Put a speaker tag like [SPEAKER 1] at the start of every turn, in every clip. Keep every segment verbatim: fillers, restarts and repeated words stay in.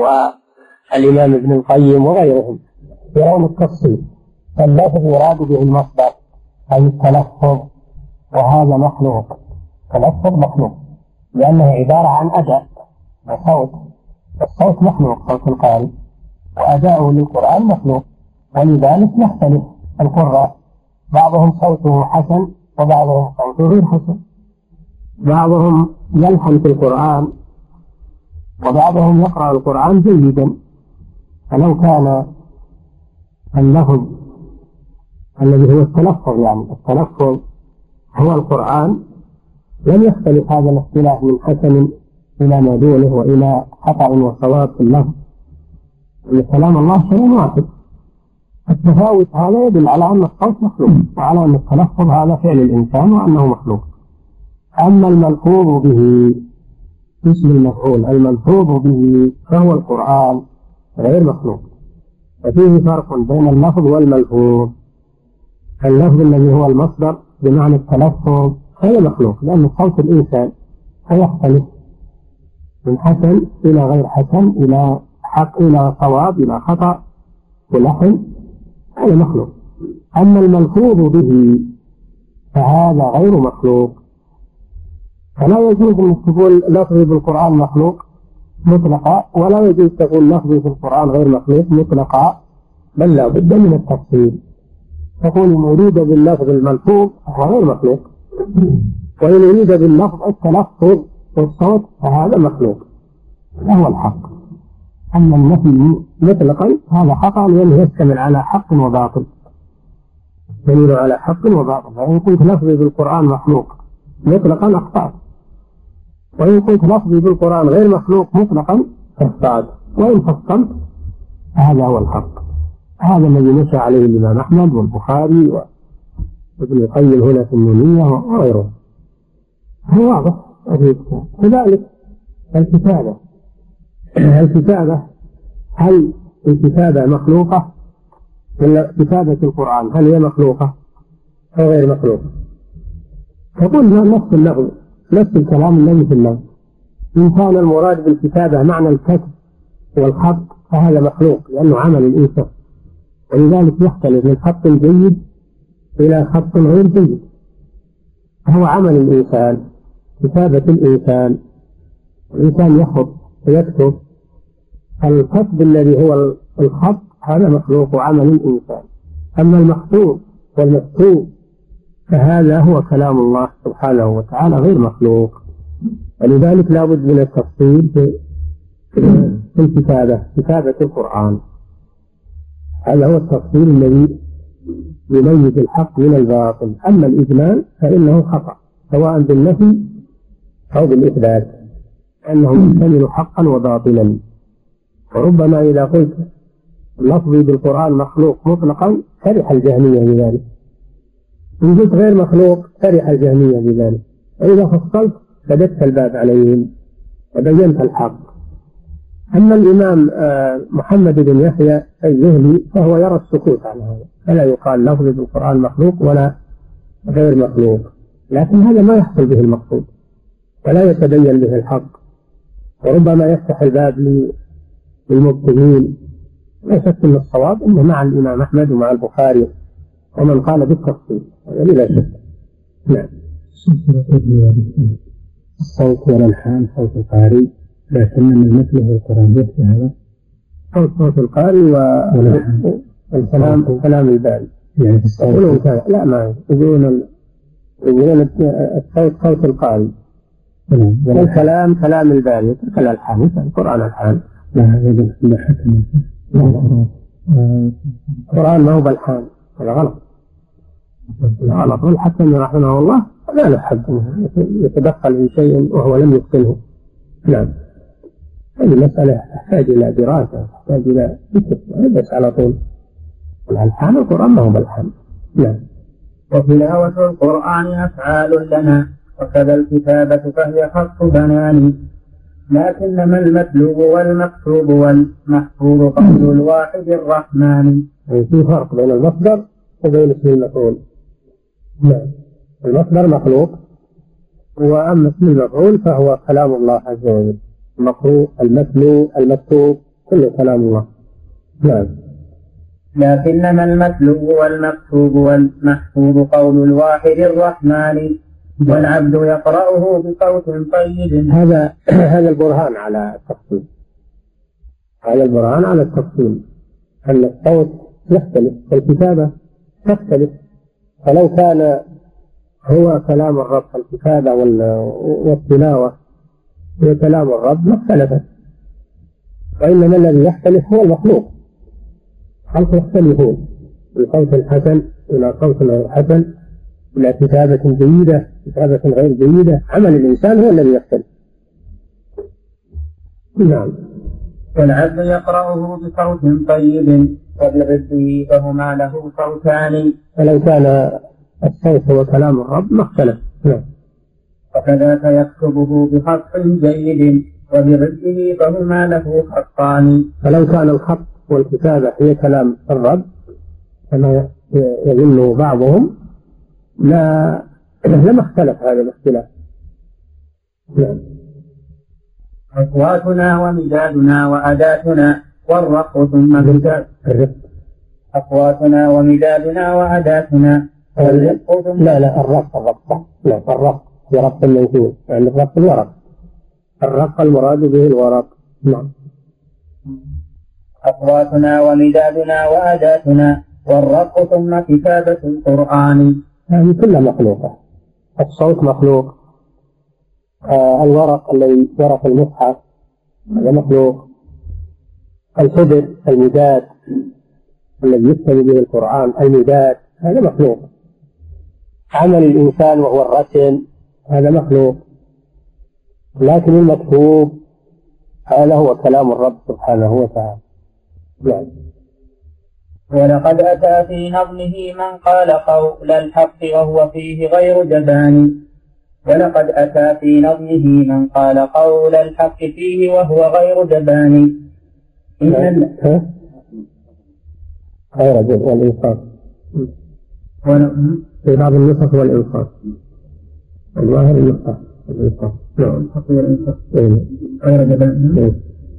[SPEAKER 1] والإمام ابن القيم وغيرهم يرون التفصيل. فاللفظ يراد به المصدر أي التلفظ، وهذا مخلوق. التلفظ مخلوق لأنه عبارة عن أداء وصوت، الصوت مخلوق، صوت القارئ، وأداؤه للقرآن مخلوق، ولذلك يختلف القراء، بعضهم صوته حسن وبعضهم صوته غير حسن، بعضهم يلحن في القرآن وبعضهم يقرأ القرآن جيدا. فلو كان اللفظ الذي هو التلفظ، يعني التلفظ هو القرآن، لم يختلف هذا الاختلاف من حسن إلى ما دونه وإلى خطأ وصواب في اللفظ، أن كلام الله شيء واحد. التفاوت هذا يدل على أن الصوت مخلوق، وعلى أن التلفظ هذا فعل الإنسان وأنه مخلوق. أما الملفوظ به، اسم المفعول الملفوظ به، فهو القرآن غير مخلوق. ففيه فرق بين اللفظ والملفوظ. اللفظ الذي هو المصدر بمعنى التلفظ هذا مخلوق، لأن صوت الإنسان يختلف من حسن إلى غير حسن، إلى حق إلى صواب، إلى خطأ ولحن، هذا مخلوق. أما الملفوظ به فهذا غير مخلوق. فلا يجوز أن تقول لفظي بالقرآن مخلوق مطلقا، ولا يجوز تقول لفظي في القرآن غير مخلوق مطلقا، بل لا بد من التفصيل. تقول إن أريد باللفظ الملفوظ فهو غير مخلوق، وإن أريد باللفظ التلفظ والصوت فهذا مخلوق، فهو الحق. أما النفي مطلقا هذا خطأ، لأنه يشتمل على حق وباطل، يدل على حق وباطل. فإن قلت لفظي بالقرآن مخلوق مطلقا أخطأت، وإن قلت لفظي بالقرآن غير مخلوق مطلقا أخطأت، وإن فصلت هذا هو الحق. هذا الذي مشى عليه الإمام أحمد والبخاري وابن القيم هنا في النونية وغيره. هو واضح. كذلك الكتابة، الكتابة هل الكتابة مخلوقة ولا كتابة القرآن هل هي مخلوقة أو غير مخلوقة؟ تقول نفس اللفظ، نفس الكلام الذي في اللفظ. إن كان المراد بالكتابة معنى الكتب والخط فهذا مخلوق، لأنه عمل الإنسان، ولذلك يختلف من خط جيد إلى خط غير جيد. هو عمل الإنسان، كتابة الإنسان، الإنسان يخط ويكتب. الكتب الذي هو الخط هذا مخلوق وعمل الإنسان. أما المخطوط والمكتوب فهذا هو كلام الله سبحانه وتعالى غير مخلوق. ولذلك لا بد من التفصيل في الكتابة، كتابة القرآن. هذا هو التفصيل الذي يميز الحق من الباطل. أما الإجمال فإنه خطأ سواء بالنفي أو بالإثبات، أنه يحتمل حقا وباطلا. وربما إذا قلت لفظي بالقرآن مخلوق مطلقا فرح الجهمية بذلك، إن قلت غير مخلوق فرح الجهمية بذلك. وإذا فصلت سددت الباب عليهم وبينت الحق. أما الإمام محمد بن يحيى الزهري فهو يرى السكوت عن هذا، فلا يقال لفظي بالقرآن مخلوق ولا غير مخلوق، لكن هذا ما يحصل به المقصود ولا يتبين به الحق، وربما يفتح الباب للمبتدئين. لا شك أن الصواب أنه مع الإمام أحمد ومع البخاري ومن قال بالتفصيل، هذا لا شك. نعم. الصوت والألحان صوت القارئ، لكن من مثله القرآن يحكي هذا صوت صوت القارئ والكلام كلام الباري، يعني الصوت لا ما يقولون يقولون الصوت صوت القارئ والكلام كلام الباري، كالألحان القرآن ألحان.
[SPEAKER 2] لا هذا لا حكم.
[SPEAKER 1] القرآن ما هو بالحان، هذا غلط غلط. والحكم رحمه الله لا له حق يتدخل في شيء وهو لم يتقنه. نعم. هذه مسألة تحتاج إلى دراسة، تحتاج إلى فكر، بس على طول الألحان القرآن ما هو بالحان. نعم.
[SPEAKER 3] وتلاوة القرآن أفعال لنا، وكذا الكتابة فهي خط بنان، لكنما المتلوب والمكتوب والمحفوظ قول الواحد الرحمن.
[SPEAKER 1] في فرق بين المصدر وبين اسم المفعول. نعم. المصدر مخلوق، وأما اسم المفعول فهو كلام الله عز وجل، المقروء المتلو المكتوب كله كلام الله. نعم.
[SPEAKER 3] لكنما المتلو والمكتوب والمحفوظ قول الواحد الرحمن والعبد يقرأه بصوت طيب.
[SPEAKER 1] هذا هذا البرهان على التفصيل. هذا البرهان على التفصيل أن الصوت يختلف والكتابة تختلف. فلو كان هو كلام الرب الكتابة والتلاوة هي كلام الرب ما اختلفت، وإنما الذي يختلف هو المخلوق. خلق يختلفون من صوت الحسن إلى صوت غير حسن، إلى كتابة جيدة كتابة غير جيدة. عمل الإنسان هو الذي يختلف. نعم.
[SPEAKER 3] والعبد يقرأه بصوت طيب وبغده فهما له صوتان.
[SPEAKER 1] فلو كان الصوت هو كلام الرب ما اختلف. نعم.
[SPEAKER 3] وكذاك يكتبه بخط جيد وبغده فهما له خطان.
[SPEAKER 1] فلو كان الخط والكتابة هي كلام الرب كما يظن بعضهم لا لما اختلف هذا الاختلاف. نعم.
[SPEAKER 3] أصواتنا ومدادنا وأداتنا والرق ثم الرق. أصواتنا ومدادنا وأداتنا والرق ثم.
[SPEAKER 1] لا لا الرق الرق لا الرق هي رق المنثور يعني الرق الورق. الرق المراد به الورق. نعم.
[SPEAKER 3] أصواتنا ومدادنا وأداتنا والرق ثم كتابة القرآن.
[SPEAKER 1] هذه كلها مخلوقة. الصوت مخلوق. آه الورق الذي ورق المصحف هذا مخلوق. الحبر المداد الذي يكتب به القرآن المداد هذا مخلوق. عمل الإنسان وهو الرسم هذا مخلوق. لكن المكتوب هذا هو كلام الرب سبحانه وتعالى. نعم.
[SPEAKER 3] ولقد أتى في نظمه من قال قول الحق وهو فيه غير جبان. ولقد أتى في نظمه من قال قول الحق فيه وهو غير جبان. إن
[SPEAKER 1] غير جبان والإنصاف في بعض النسخ والإنصاف الظاهر النسخ والإنصاف.
[SPEAKER 3] نعم. غير جبان.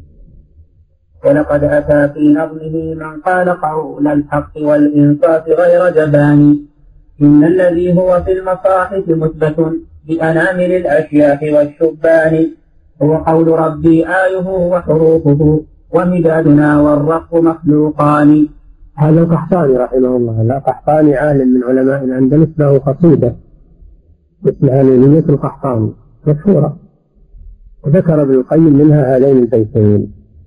[SPEAKER 3] ولقد أتى في نظمه من قال قول الحق والإنصاف غير جبان. إن الذي هو في المصاحف مثبت بأنامل الأشياخ والشبان هو قول ربي آيه وحروفه ومدادنا والرق مخلوقان.
[SPEAKER 1] هذا القحطاني رحمه الله. لا قحطاني عالم من علماء الأندلس له قصيدة اسمها نونية القحطاني مشهورة، وذكر ابن القيم منها هذين البيتين: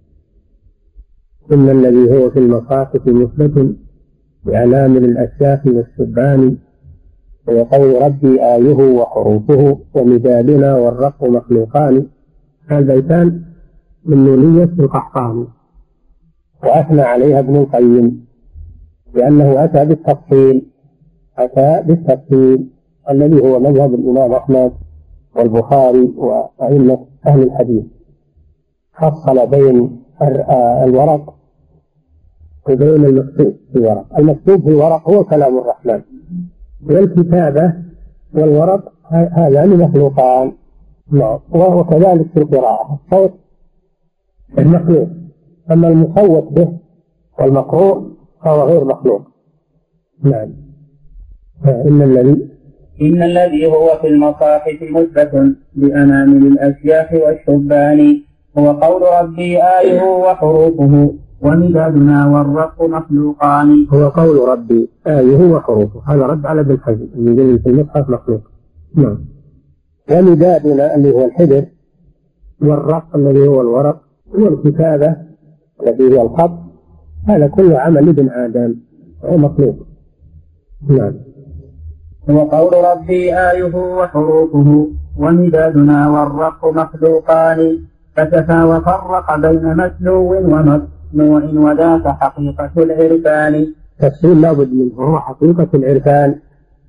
[SPEAKER 1] إن الذي هو في المصاحف مثبت بأنامل الأشياخ والشبان هو قول ربي آيه وحروفه ومدادنا والرق مخلوقان. هذا البيتان من نونية القحطاني، وأثنى عليها ابن القيم لأنه أتى بالتفصيل أتى بالتفصيل الذي هو مذهب الإمام أحمد والبخاري وأئمة أهل الحديث. فصل بين الورق وبين المكتوب في الورق. المكتوب في الورق هو كلام الرحمن، والكتابة والورق هذان مخلوقان. وكذلك في القراءة الصوت المخلوق، أما المصوت به والمقروء فهو غير مخلوق. نعم. إن الذي
[SPEAKER 3] إن الذي هو في المصاحف مثبت بأنامل الأشياخ والشبان هو قول ربي آيه وحروفه ومدادنا والرق مخلوقان.
[SPEAKER 1] هو قول ربي آيه وحروفه، هذا رد على ابن حزم من في المصحف مخلوق. نعم. ومدادنا اللي هو الحبر، والرق الذي هو الورق، والكتابة الذي هو الخط، هذا كله عمل ابن آدم وهو مخلوق. نعم.
[SPEAKER 3] هو قول ربي آيه وحروفه ومدادنا والرق مخلوقان. فكفى وفرق بين متلو ومصنوع وذاك حقيقة العرفان.
[SPEAKER 1] تفصيل لا بد منه، هو حقيقة العرفان.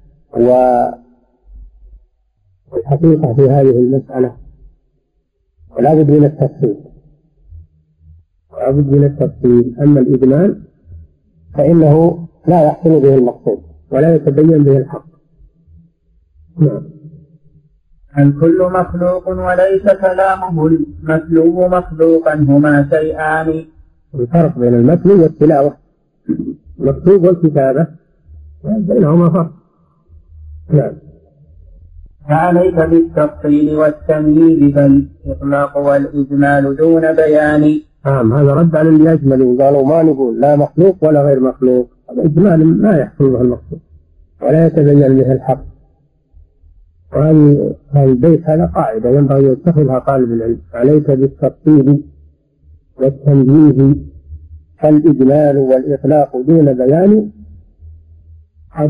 [SPEAKER 1] والحقيقة في هذه المسألة ولا بد من التفصيل لا بد من التفصيل. أما الإجمال فإنه لا يحصل به المقصود ولا يتبين به الحق. نعم.
[SPEAKER 3] الكل مخلوق وليس كلامه المتلو مخلوقا هما شيئان.
[SPEAKER 1] الفرق بين المتن والتلاوة، المكتوب والكتابة بينهما فرق. نعم.
[SPEAKER 3] فعليك بالتفصيل والتمييز فالإطلاق والإجمال دون بيان.
[SPEAKER 1] نعم، هذا رد على اللي يجملون قالوا ما نقول لا مخلوق ولا غير مخلوق، هذا إجمال ما يحصل به المقصود ولا يتبين به الحق. وهذه البيت هذا قاعدة ينبغي يتخذها طالب العلم. عليك بالتفصيل والتمييز فالإجمال والإطلاق دون بيان. قد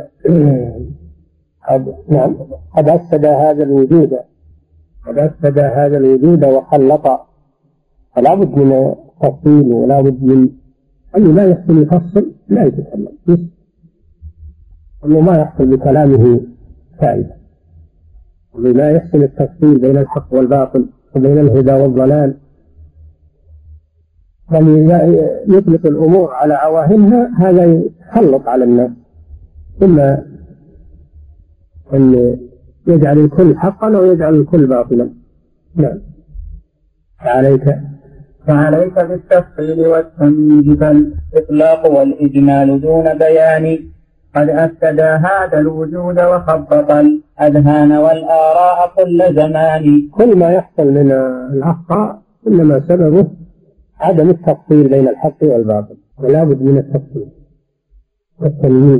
[SPEAKER 1] قد نعم قد أفسد هذا الوجود قد أفسد هذا الوجود وخلط، فلا بد من التفصيل ولا بد من أنه ما يحصل يفصل لا يتكلم، أنه ما يحصل بكلامه فائدة، ولا يحصل التفصيل بين الحق والباطل وبين الهدى والضلال، بل يطلق الأمور على عواهنها. هذا يخلط على الناس، ثم أن يجعل الكل حقا أو يجعل الكل باطلا. نعم.
[SPEAKER 3] فعليك فعليك بالتفصيل والتمييز فالإطلاق والإجمال دون بيان. قد أفسد هذا الوجود وخبط الأذهان والآراء كل زمان.
[SPEAKER 1] كل ما يحصل من الأخطاء إنما سببه عدم التفصيل بين الحق والباطل، ولا بد من التفصيل والتمييز،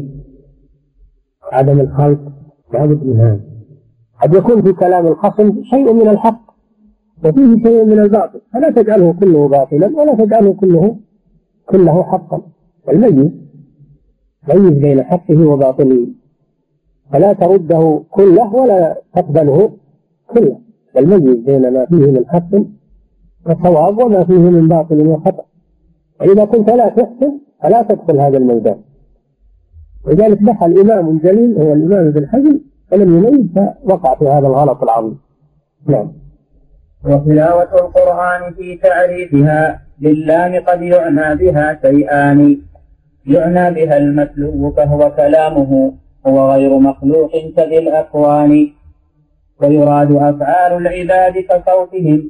[SPEAKER 1] عدم الخلط لا بد من هذا. قد يكون في كلام الخصم شيء من الحق وفيه شيء من الباطل، فلا تجعله كله باطلا ولا تجعله كله كله حقا، والميز ميز بين حقه وباطله، فلا ترده كله ولا تقبله كله، والميز بين ما فيه من حق وصواب وما فيه من باطل وخطأ. وإذا كنت لا تحسن فلا تدخل هذا الميدان. ولذلك دخل إمام جليل هو الإمام ابن حزم فلم يميز فوقع في هذا الغلط العظيم. نعم.
[SPEAKER 3] وتلاوة القرآن في تعريفها باللام قد يعنى بها شيئان. يعنى بها المتلو فهو كلامه هو غير مخلوق كذي الأكوان. ويراد أفعال العباد كصوتهم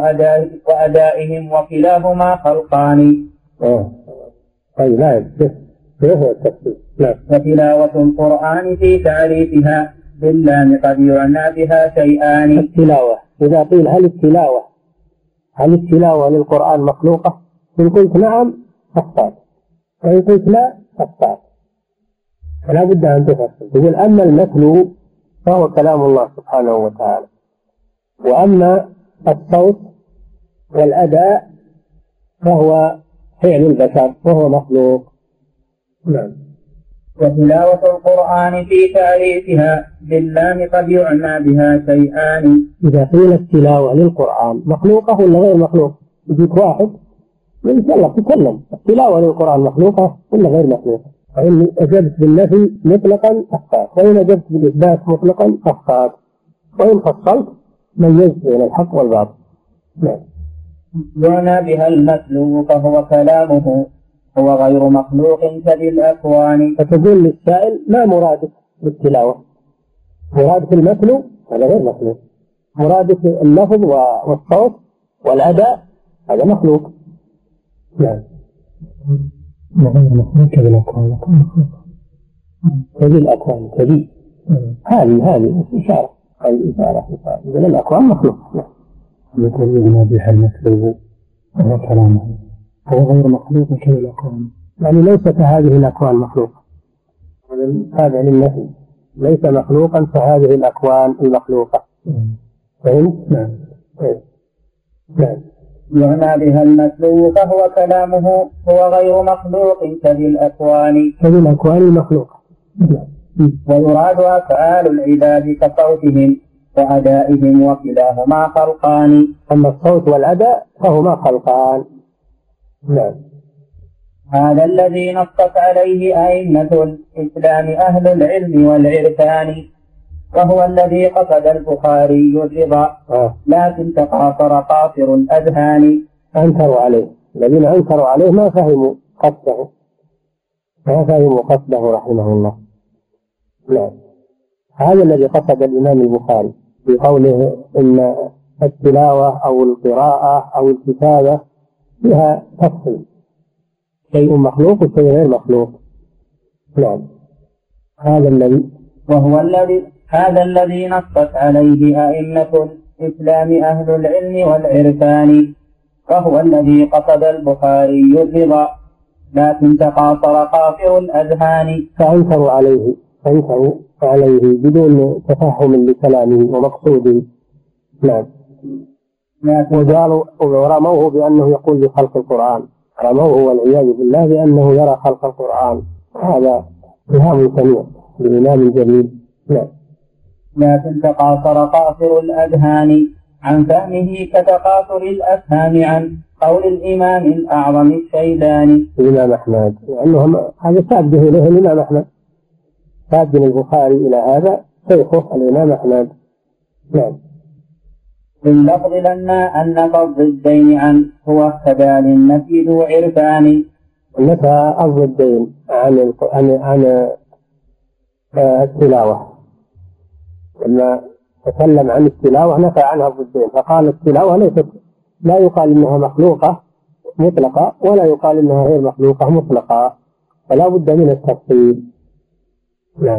[SPEAKER 3] وأدائهم وكلاهما خلقان.
[SPEAKER 1] طيب لا هو التفسير.
[SPEAKER 3] وتلاوة القرآن في تعريفها باللام قد يعنى بها شيئان.
[SPEAKER 1] التلاوة إذا قيل هل التلاوة هل التلاوة للقرآن مخلوقة؟ إن قلت نعم أخطأت، وإن قلت لا أخطأت، فلا بد أن تفصل. تقول أما المتلو فهو كلام الله سبحانه وتعالى، وأما الصوت والأداء فهو فعل البشر وهو مخلوق. نعم.
[SPEAKER 3] وتلاوة القرآن في تعريفها باللام قد يعنى بها شيئان.
[SPEAKER 1] إذا قيل التلاوة للقرآن مخلوقة ولا غير مخلوق؟ يجيك واحد إن شاء الله تكلم التلاوة للقرآن مخلوقة ولا غير مخلوقة؟ فإن أجبت بالنفي مطلقا أخطأت، وإن أجبت بالإثبات مطلقا أخطأت، وإن فصلت ميزت بين الحق والباطل. نعم.
[SPEAKER 3] يعنى بها المتلو فهو كلامه هو غير مخلوق كذي الأكوان.
[SPEAKER 1] فتقول للسائل ما مرادك بالتلاوة؟ مرادك المتلو هذا غير مخلوق، مرادك اللفظ والصوت والأداء هذا مخلوق. نعم.
[SPEAKER 2] غير مخلوق كذي الأكوان
[SPEAKER 1] كذي الأكوان كذي هذه هذه إشارة هذه إشارة إذا الأكوان مخلوق.
[SPEAKER 2] يقول يعنى بها المتلو وهو كلامه هو غير مخلوق كذي الأكوان،
[SPEAKER 1] يعني ليست هذه الأكوان مخلوقة، هذا للنفي ليس مخلوقا فهذه الأكوان المخلوقة. فهمت؟
[SPEAKER 2] نعم.
[SPEAKER 1] نعم.
[SPEAKER 3] يعنى بها المتلو فهو كلامه هو غير مخلوق كذي الأكوان
[SPEAKER 1] كذي الأكوان المخلوقة.
[SPEAKER 3] ويراد أفعال العباد كصوتهم وأدائهم وكلاهما خلقان.
[SPEAKER 1] أما الصوت والأداء فهما خلقان. نعم.
[SPEAKER 3] هذا الذي نصت عليه أئمة الإسلام أهل العلم والعرفان، وهو الذي قصد البخاري الرضا
[SPEAKER 1] آه.
[SPEAKER 3] لكن تقاصر قاصر الأذهان.
[SPEAKER 1] أنكروا عليه، الذين أنكروا عليه ما فهموا قصده ما فهموا قصده رحمه الله. نعم. هذا الذي قصد الإمام البخاري بقوله إن التلاوة أو القراءة أو الكتابة فيها تفصيل، شيء مخلوق وشيء غير مخلوق. نعم. هذا الذي
[SPEAKER 3] وهو الذي هذا الذي نصت عليه أئمة الإسلام أهل العلم والعرفان، وهو الذي قصد البخاري الرضا لكن تقاصر قاصر الأذهان.
[SPEAKER 1] فأنكروا عليه فأنكروا عليه بدون تفهم لكلامه ومقصوده. نعم. وقالوا ورموه بأنه يقول بخلق القرآن، رموه والعياذ بالله بأنه يرى خلق القرآن. هذا اتهام سميع لإمام جليل. نعم.
[SPEAKER 3] لكن تقاصر قاصر الأذهان عن فهمه كتقاصر الأفهام عن قول الإمام الأعظم الشيباني
[SPEAKER 1] الإمام أحمد، لأنه هذا سابه له الإمام أحمد، سابه البخاري إلى هذا شيخه الإمام أحمد. نعم.
[SPEAKER 3] باللفظ لما أن قصد الدين عن هو اهتدى للنفي ذو عرفان.
[SPEAKER 1] نفى قصد الدين عن عن عن التلاوة، لما تكلم عن التلاوة نفى عنها الضدين، فقال التلاوة ليست، لا يقال إنها مخلوقة مطلقة ولا يقال إنها غير مخلوقة مطلقة، فلا بد من التفصيل. نعم.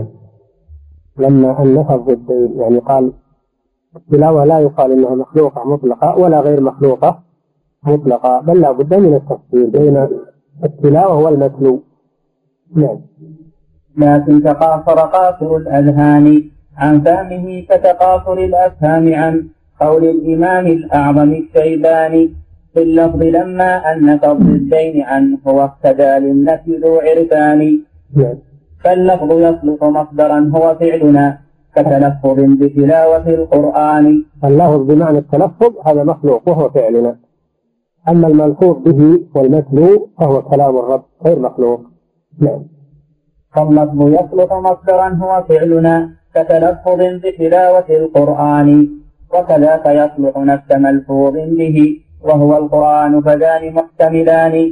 [SPEAKER 1] لما أن نفى الضدين يعني قال التلاوة لا يقال إنها مخلوقة مطلقة ولا غير مخلوقة مطلقة، بل لا بد من التفصيل بين التلاوة والمتلو. نعم.
[SPEAKER 3] لكن تقاصر قاصر الأذهان عن فهمه كتقاصر الأفهام عن قول الإمام الأعظم الشيباني في اللفظ لما أن قصد الدين عنه هو اقتدى للنفي ذو عرفان. فاللفظ يصلح مصدرا هو فعلنا كتلفظ بتلاوة القرآن.
[SPEAKER 1] اللفظ بمعنى التلفظ هذا مخلوق وهو فعلنا، أما الملفوظ به والمتلو فهو كلام الرب غير مخلوق. نعم.
[SPEAKER 3] فاللفظ يصلح مصدرا هو فعلنا كتلفظ بتلاوة القرآن، وكذاك يصلح نفس ملفوظ به وهو القرآن، فذان محتملان.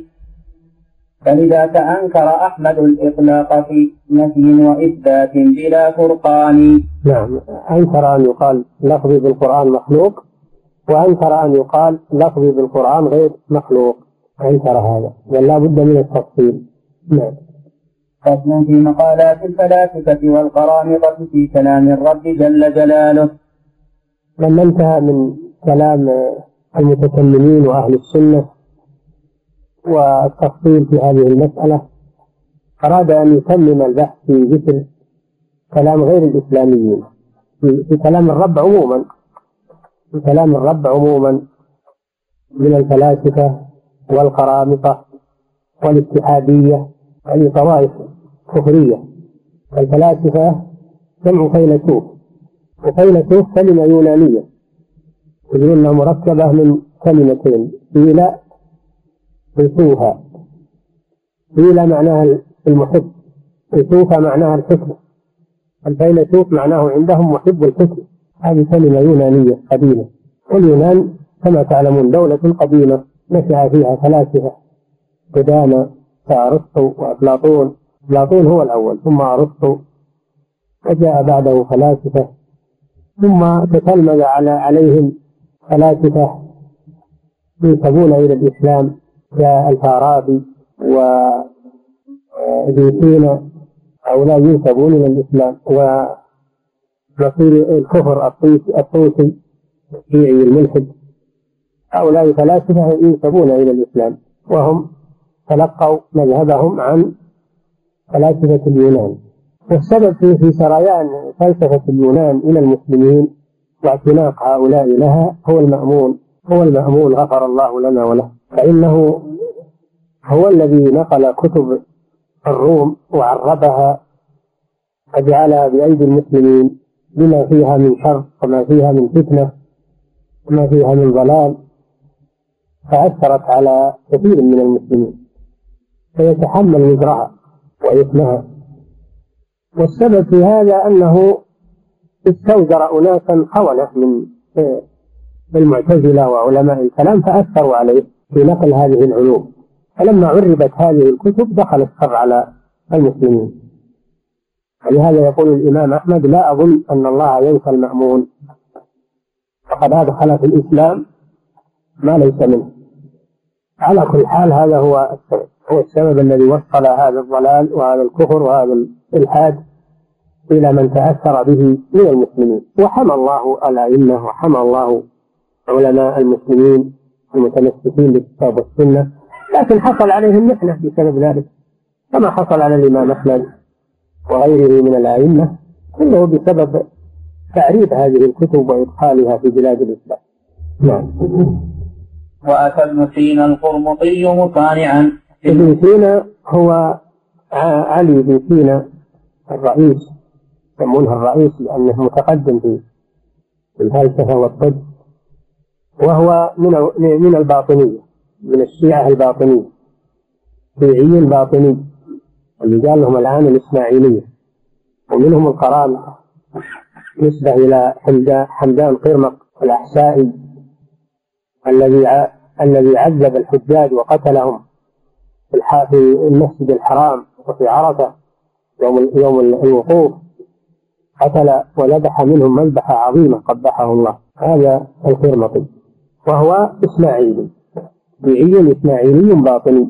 [SPEAKER 3] فلذاك أنكر أحمد الإطلاق في نفي وإثبات بلا فرقان.
[SPEAKER 1] نعم. أنكر أن يقال لفظي بالقرآن مخلوق، وأنكر أن يقال لفظي بالقرآن غير مخلوق، أنكر هذا، ولا بد من التفصيل. نعم.
[SPEAKER 3] فصل في مقالات الفلاسفة والقرامطة في كلام الرب جل جلاله.
[SPEAKER 1] لما انتهى من كلام المتكلمين وأهل السنة والتفصيل في هذه المسألة، أراد أن يتمم البحث في ذكر كلام غير الإسلاميين في كلام الرب عموما، في كلام الرب عموما من الفلاسفة والقرامطة والاتحادية، يعني طوائف كفرية. الفلاسفة جمع فيلسوف، وفيلسوف كلمة يونانية يقولون أنها مركبة من كلمتين، فيلا وسوها. فيلا معناها المحب، وسوها معناها الحكمة. الفيلسوف معناه عندهم محب الحكمة، هذه كلمة يونانية قديمة. واليونان كما تعلمون دولة قديمة نشأ فيها فلاسفة قدامى كأرسطو وأفلاطون. أفلاطون هو الأول ثم أرسطو، وجاء بعده فلاسفة، ثم تتلمذ على عليهم فلاسفة ينسبون إلى الإسلام كالفارابي وابن سينا، هؤلاء ينسبون إلى الإسلام، ونصير الكفر الطوسي الشيعي الملحد، هؤلاء فلاسفة ينسبون إلى الإسلام، وهم تلقوا مذهبهم عن فلاسفة اليونان. والسبب في سريان فلسفة اليونان إلى المسلمين واعتناق هؤلاء لها هو المأمون، هو المأمون غفر الله لنا وله، فإنه هو الذي نقل كتب الروم وعربها وجعلها بأيدي المسلمين بما فيها من شر وما فيها من فتنة وما فيها من ضلال، فأثرت على كثير من المسلمين فيتحمل وزرها وإثمها. والسبب في هذا أنه استوزر أناسا خونة من المعتزلة وعلماء الكلام فأثروا عليه في نقل هذه العلوم، فلما عربت هذه الكتب دخل الشر على المسلمين. ولهذا يقول الإمام أحمد: لا أظن أن الله ينسى المأمون، فقد أدخل في الإسلام ما ليس منه. على كل حال هذا هو السبب، هو السبب الذي وصل هذا الضلال وهذا الكفر وهذا الإلحاد إلى من تأثر به من المسلمين. وحمى الله الأئمة وحمى الله علماء المسلمين المتمسكين بالكتاب والسنة، لكن حصل عليهم محنة بسبب ذلك، كما حصل على الإمام أحمد وغيره من الأئمة، كله بسبب تعريف هذه الكتب وإدخالها في بلاد الإسلام. نعم.
[SPEAKER 3] وأتى ابن سينا القرمطي مصانعا.
[SPEAKER 1] ابن سينا هو علي بن سينا الرئيس، يسمونه الرئيس لأنه متقدم في الفلسفة والطب، وهو من من الباطنية، من الشيعة الباطنية، شيعي باطني، اللي قال لهم الآن الإسماعيلية، ومنهم القرامطة نسبة إلى حمدان قرمط الأحسائي الذي الذي عذب الحجاج وقتلهم في المسجد الحرام وفي عرفة يوم يوم الوقوف، قتل وذبح منهم مذبحة عظيمة قبحه الله. هذا القرمطي وهو إسماعيلي، شيعي إسماعيلي باطني.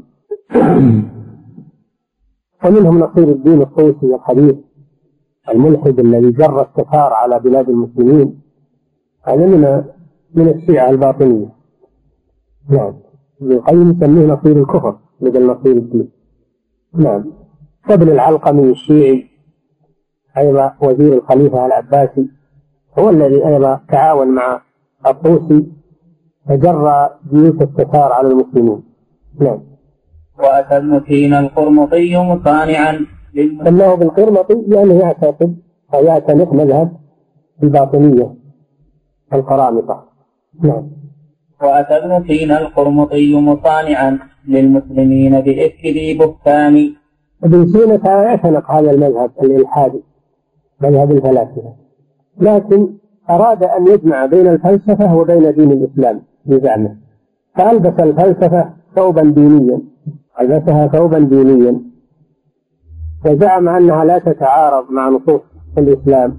[SPEAKER 1] ومنهم نصير الدين الطوسي الحديث الملحد الذي جر التتار على بلاد المسلمين، هذا من من الشيعة الباطنية. نعم. ابن القيم يسميه نصير الكفر بدل نصير الدين. نعم. وابن العلقمي الشيعي أيضا وزير الخليفة العباسي هو الذي أيضا تعاون مع الطوسي فجر جيوش التتار على المسلمين. نعم.
[SPEAKER 3] وأتى ابن سينا القرمطي مصانعا.
[SPEAKER 1] سماه بالقرمطي لأنه يعتقد أو يعتنق مذهب الباطنية القرامطة. نعم.
[SPEAKER 3] وأتى ابن سينا القرمطي مصانعا للمسلمين بإفك ذي بهتان.
[SPEAKER 1] ابن سينا يعتنق هذا المذهب الإلحادي، مذهب الفلاسفة، لكن أراد أن يجمع بين الفلسفة وبين دين الإسلام بزعمه، فألبس الفلسفة ثوبا دينيا، ألبسها ثوبا دينيا، وزعم أنها لا تتعارض مع نصوص الإسلام،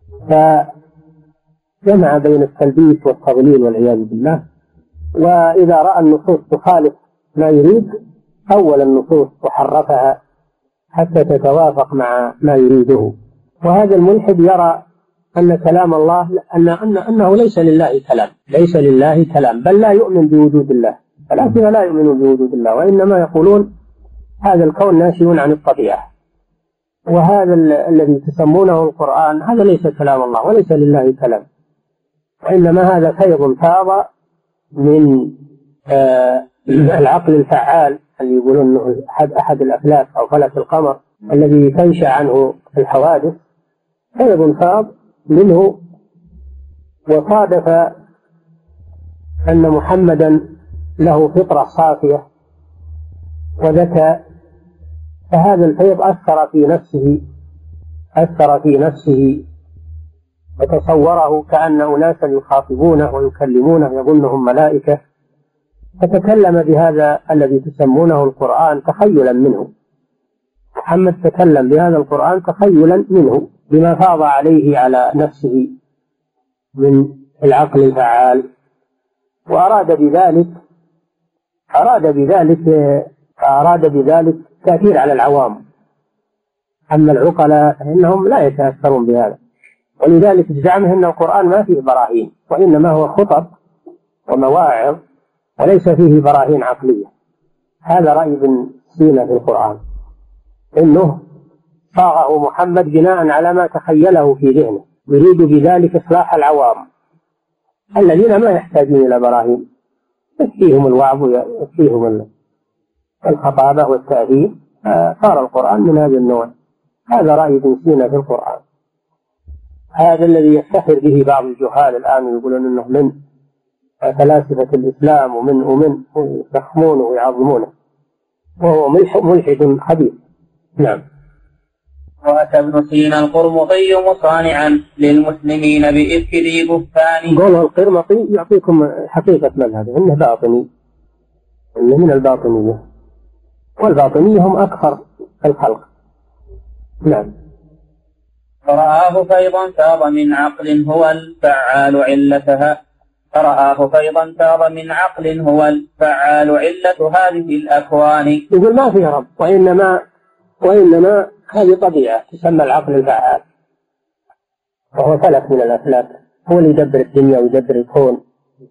[SPEAKER 1] فجمع بين التلبيس والتضليل والعياذ بالله. وإذا رأى النصوص تخالف ما يريد أول النصوص وحرفها حتى تتوافق مع ما يريده. وهذا الملحد يرى أن كلام الله أن أن أنه ليس لله كلام، ليس لله كلام، بل لا يؤمن بوجود الله، فالآخرة لا يؤمنون بوجود الله، وإنما يقولون هذا الكون ناشئ عن الطبيعة، وهذا الذي تسمونه القرآن هذا ليس كلام الله وليس لله كلام، وإنما هذا فيض فاض من آه العقل الفعال اللي يقولون أنه أحد, أحد الأفلاك أو فلك القمر الذي تنشأ عنه الحوادث، فيض فاض منه، وصادف أن محمدا له فطرة صافية وذكى، فهذا الفيض أثر في نفسه أثر في نفسه وتصوره كأن أناسا يخاطبونه ويكلمونه يظنهم ملائكة، فتكلم بهذا الذي تسمونه القرآن تخيلا منه. محمد تكلم بهذا القرآن تخيلا منه بما فاض عليه على نفسه من العقل الفعال، وأراد بذلك أراد بذلك أراد بذلك تأثير على العوام. أما العقلاء فإنهم لا يتأثرون بهذا، ولذلك زعمه أن القرآن ما فيه براهين، وإنما هو خطب ومواعظ وليس فيه براهين عقلية. هذا رأي ابن سينا في القرآن، إنه صاغه محمد بناء على ما تخيله في ذهنه، يريد بذلك إصلاح العوام الذين ما يحتاجون إلى براهين، يكفيهم الوعظ ويكفيهم الخطابة والتأديب، صار القرآن من هذا النوع. هذا رأي ابن سينا في القرآن، هذا الذي يفتخر به بعض الجهال الآن، يقولون أنه من فلاسفة الإسلام ومن ومن يفخمونه ويعظمونه، وهو ملحد خبيث. نعم.
[SPEAKER 3] وأتى ابن سينا القرمطي مصانعا للمسلمين بإفك ذي بهتان.
[SPEAKER 1] قوله القرمطي يعطيكم حقيقة مذهبه، إنه باطني، إنه من الباطنية، والباطنية هم أكثر الخلق. نعم.
[SPEAKER 3] فرآه فيضا فاض من عقل هو الفعال علتها، فرآه فيضا فاض من عقل هو الفعال علة هذه الأكوان.
[SPEAKER 1] يقول ما في رب، وإنما وإنما هذه طبيعة تسمى العقل الفعال، وهو فلك من الأفلاك، هو اللي يدبر الدنيا ويدبر الكون.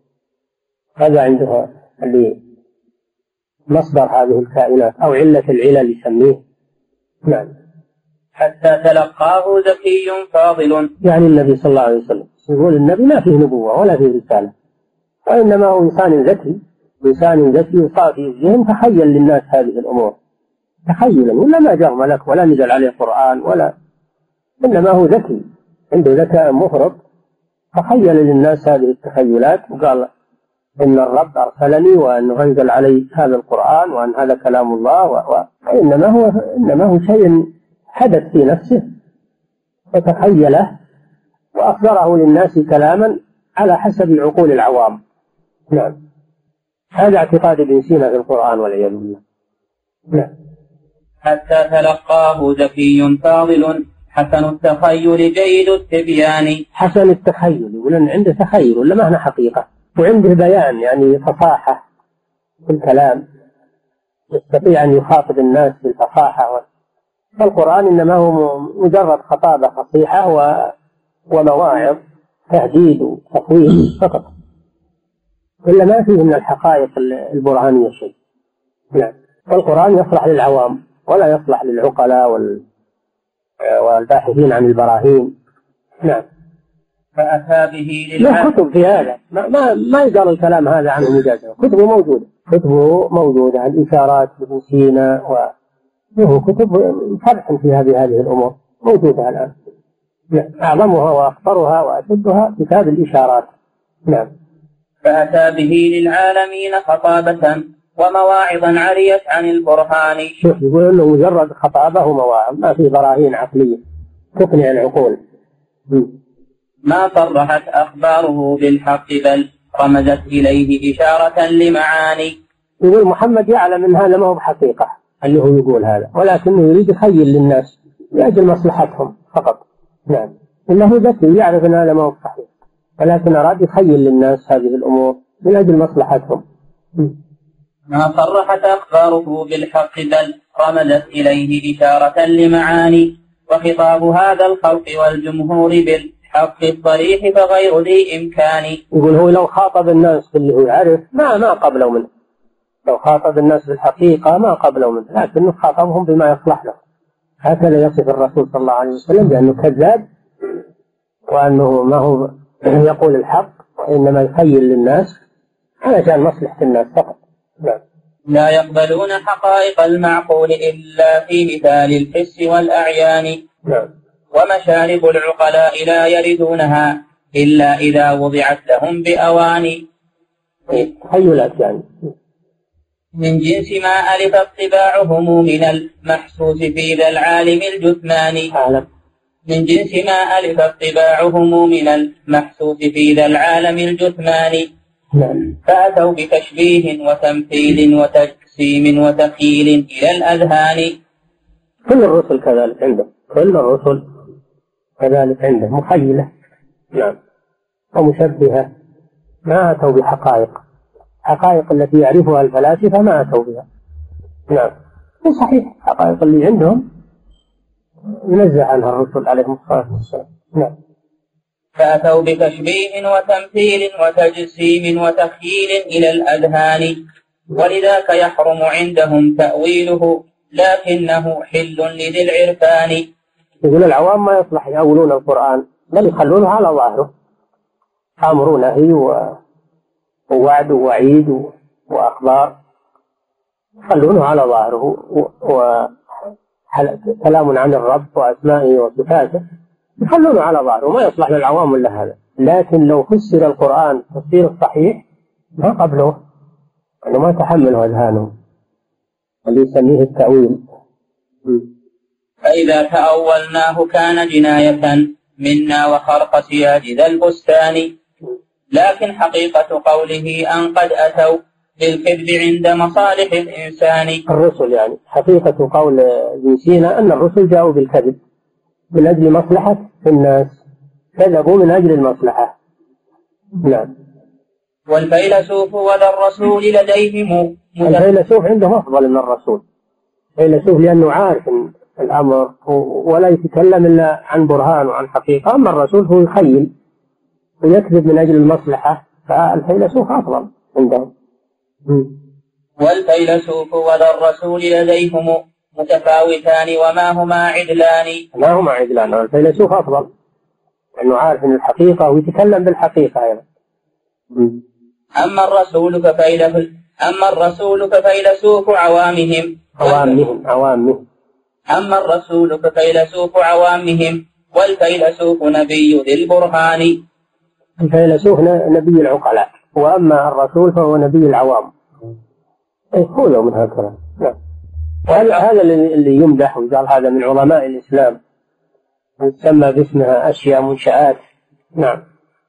[SPEAKER 1] هذا عنده اللي مصدر هذه الكائنات أو علة العلل يسميه. نعم.
[SPEAKER 3] حتى تلقاه زكي فاضل،
[SPEAKER 1] يعني النبي صلى الله عليه وسلم يقول النبي ما فيه نبوة ولا فيه رسالة، وإنما هو إنسان ذكي، إنسان ذكي صافي الذهن، تخيل للناس هذه الأمور تخيلا، ولا ما جاء ملك ولا نزل عليه قرآن ولا، إنما هو ذكي عنده ذكاء مفرط، تخيل للناس هذه التخيلات وقال إن الرب أرسلني وأنه أنزل علي هذا القرآن وأن هذا كلام الله و... وإنما هو إنما هو شيء حدث في نفسه وتخيله وأصدره للناس كلاما على حسب عقول العوام. نعم. هذا اعتقاد ابن سينا في القرآن والعياذ بالله. نعم.
[SPEAKER 3] حتى تلقاه زكي فاضل حسن التخيل جيد التبيان.
[SPEAKER 1] حسن التخيل يقول أن عنده تخيل ولا معنى حقيقة، وعنده بيان يعني فصاحة في الكلام، يستطيع أن يخاطب الناس بالفصاحة. فالقرآن إنما هو مجرد خطابة فصيحة و... ومواعظ تهديد وتخويف فقط، إلا ما فيه من الحقائق البرهانية شيء. نعم. والقرآن يصلح للعوام ولا يصلح للعقلاء وال... والباحثين عن البراهين. نعم.
[SPEAKER 3] فأتى به
[SPEAKER 1] له كتب في هذا، ما ما, ما يقال الكلام هذا عنه مجازا، كتبه موجودة، كتبه موجودة، الإشارات ابن سينا، وله كتب فرح في هذه هذه الأمور موجودة الآن. نعم. أعظمها وأخطرها وأشدها كتاب الإشارات. نعم.
[SPEAKER 3] فأتى به للعالمين خطابة ومواعظا عريت عن البرهان.
[SPEAKER 1] شوف يقول إنه مجرد خطابة ومواعظ، ما في براهين عقلية تقنع العقول. م.
[SPEAKER 3] ما صرحت أخباره بالحق بل رمزت إليه إشارة لمعاني.
[SPEAKER 1] يقول محمد يعلم أن هذا ما هو بحقيقة اللي هو يقول هذا، ولكنه يريد يخيل للناس لأجل مصلحتهم فقط. نعم. إنه ذكي يعرف أن هذا ما هو صحيح، ولكن أراد يخيل للناس هذه الأمور من أجل مصلحتهم.
[SPEAKER 3] ما صرحت أخباره بالحق بل رمزت إليه إشارة لمعاني. وخطاب هذا الخلق والجمهور بالحق الصريح فغير ذي إمكان.
[SPEAKER 1] يقول هو لو خاطب الناس باللي هو يعرف ما ما قبلوا منه، لو خاطب الناس بالحقيقة ما قبلوا منه، لكنه خاطبهم بما يصلح له. هكذا يصف الرسول صلى الله عليه وسلم بأنه كذاب، وأنه ما هو يقول الحق وإنما يخيل للناس علشان مصلحة الناس فقط. نعم.
[SPEAKER 3] لا يقبلون حقائق المعقول إلا في مثال الحس والأعيان.
[SPEAKER 1] نعم.
[SPEAKER 3] ومشارب العقلاء لا يردونها إلا إذا وضعت لهم بأواني.
[SPEAKER 1] تخيلات يعني
[SPEAKER 3] من جنس ما ألفت طباعهم من المحسوس في ذا العالم الجثمان.
[SPEAKER 1] أعلم.
[SPEAKER 3] من جنس ما ألفت طباعهم من المحسوس في ذا العالم الجثمان.
[SPEAKER 1] نعم.
[SPEAKER 3] فأتوا بتشبيه وتمثيل وتجسيم وتخيل إلى الأذهان.
[SPEAKER 1] كل الرسل كذلك عنده، كل الرسل كذلك عنده مخيلة. نعم. ومشبهة، ما أتوا بحقائق، حقائق التي يعرفها الفلاسفة ما أتوا بها. نعم. صحيح حقائق اللي عندهم ينزه عنها الرسل عليهم الصلاة والسلام. نعم.
[SPEAKER 3] فأتوا بتشبيه وتمثيل وتجسيم وتخييل إلى الأذهان. ولذاك يحرم عندهم تأويله لكنه حل لذي العرفان.
[SPEAKER 1] يقول العوام ما يصلح يأولون القرآن بل يخلونه على ظاهره، أمر نهي ووعد ووعيد وأخبار، يخلونه على ظاهره وكلام عن الرب وأسمائه وصفاته يخلونه على ظاهره، ما يصلح للعوام إلا هذا. لكن لو فسر القرآن تفسير الصحيح ما قبله، أنه ما تحمله أذهانه اللي يسميه التأويل.
[SPEAKER 3] فإذا تأولناه كان جناية منا وخرق سياج ذا البستان. لكن حقيقة قوله أن قد أتوا بالكذب عند مصالح الإنسان.
[SPEAKER 1] الرسل يعني حقيقة قول ابن سينا أن الرسل جاءوا بالكذب من أجل مصلحة الناس، كذبوا من أجل المصلحة. نعم.
[SPEAKER 3] والفيلسوف وذا الرسول لديهم
[SPEAKER 1] الفيلسوف عنده أفضل من الرسول. الفيلسوف لأنه عارف الأمر ولا يتكلم إلا عن برهان وعن حقيقة، أما الرسول هو يخيل ويكذب من أجل المصلحة، فالفيلسوف أفضل عندهم.
[SPEAKER 3] والفيلسوف وذا الرسول لديهم متفاوتان وما هما عدلان.
[SPEAKER 1] ما هما عدلان، الفيلسوف أفضل لأنه عارف من الحقيقة ويتكلم بالحقيقة أيضا.
[SPEAKER 3] أما الرسول ففيلسوف أما الرسول ففيلسوف عوامهم
[SPEAKER 1] عوامهم عوامهم
[SPEAKER 3] أما الرسول ففيلسوف عوامهم والفيلسوف نبي ذي البرهان.
[SPEAKER 1] الفيلسوف نبي العقلاء، وأما الرسول فهو نبي العوام. خذوا من هكذا. وهذا اللي يمدح ويقال هذا من علماء الإسلام، يسمى باسمها أشياء منشآت. نعم.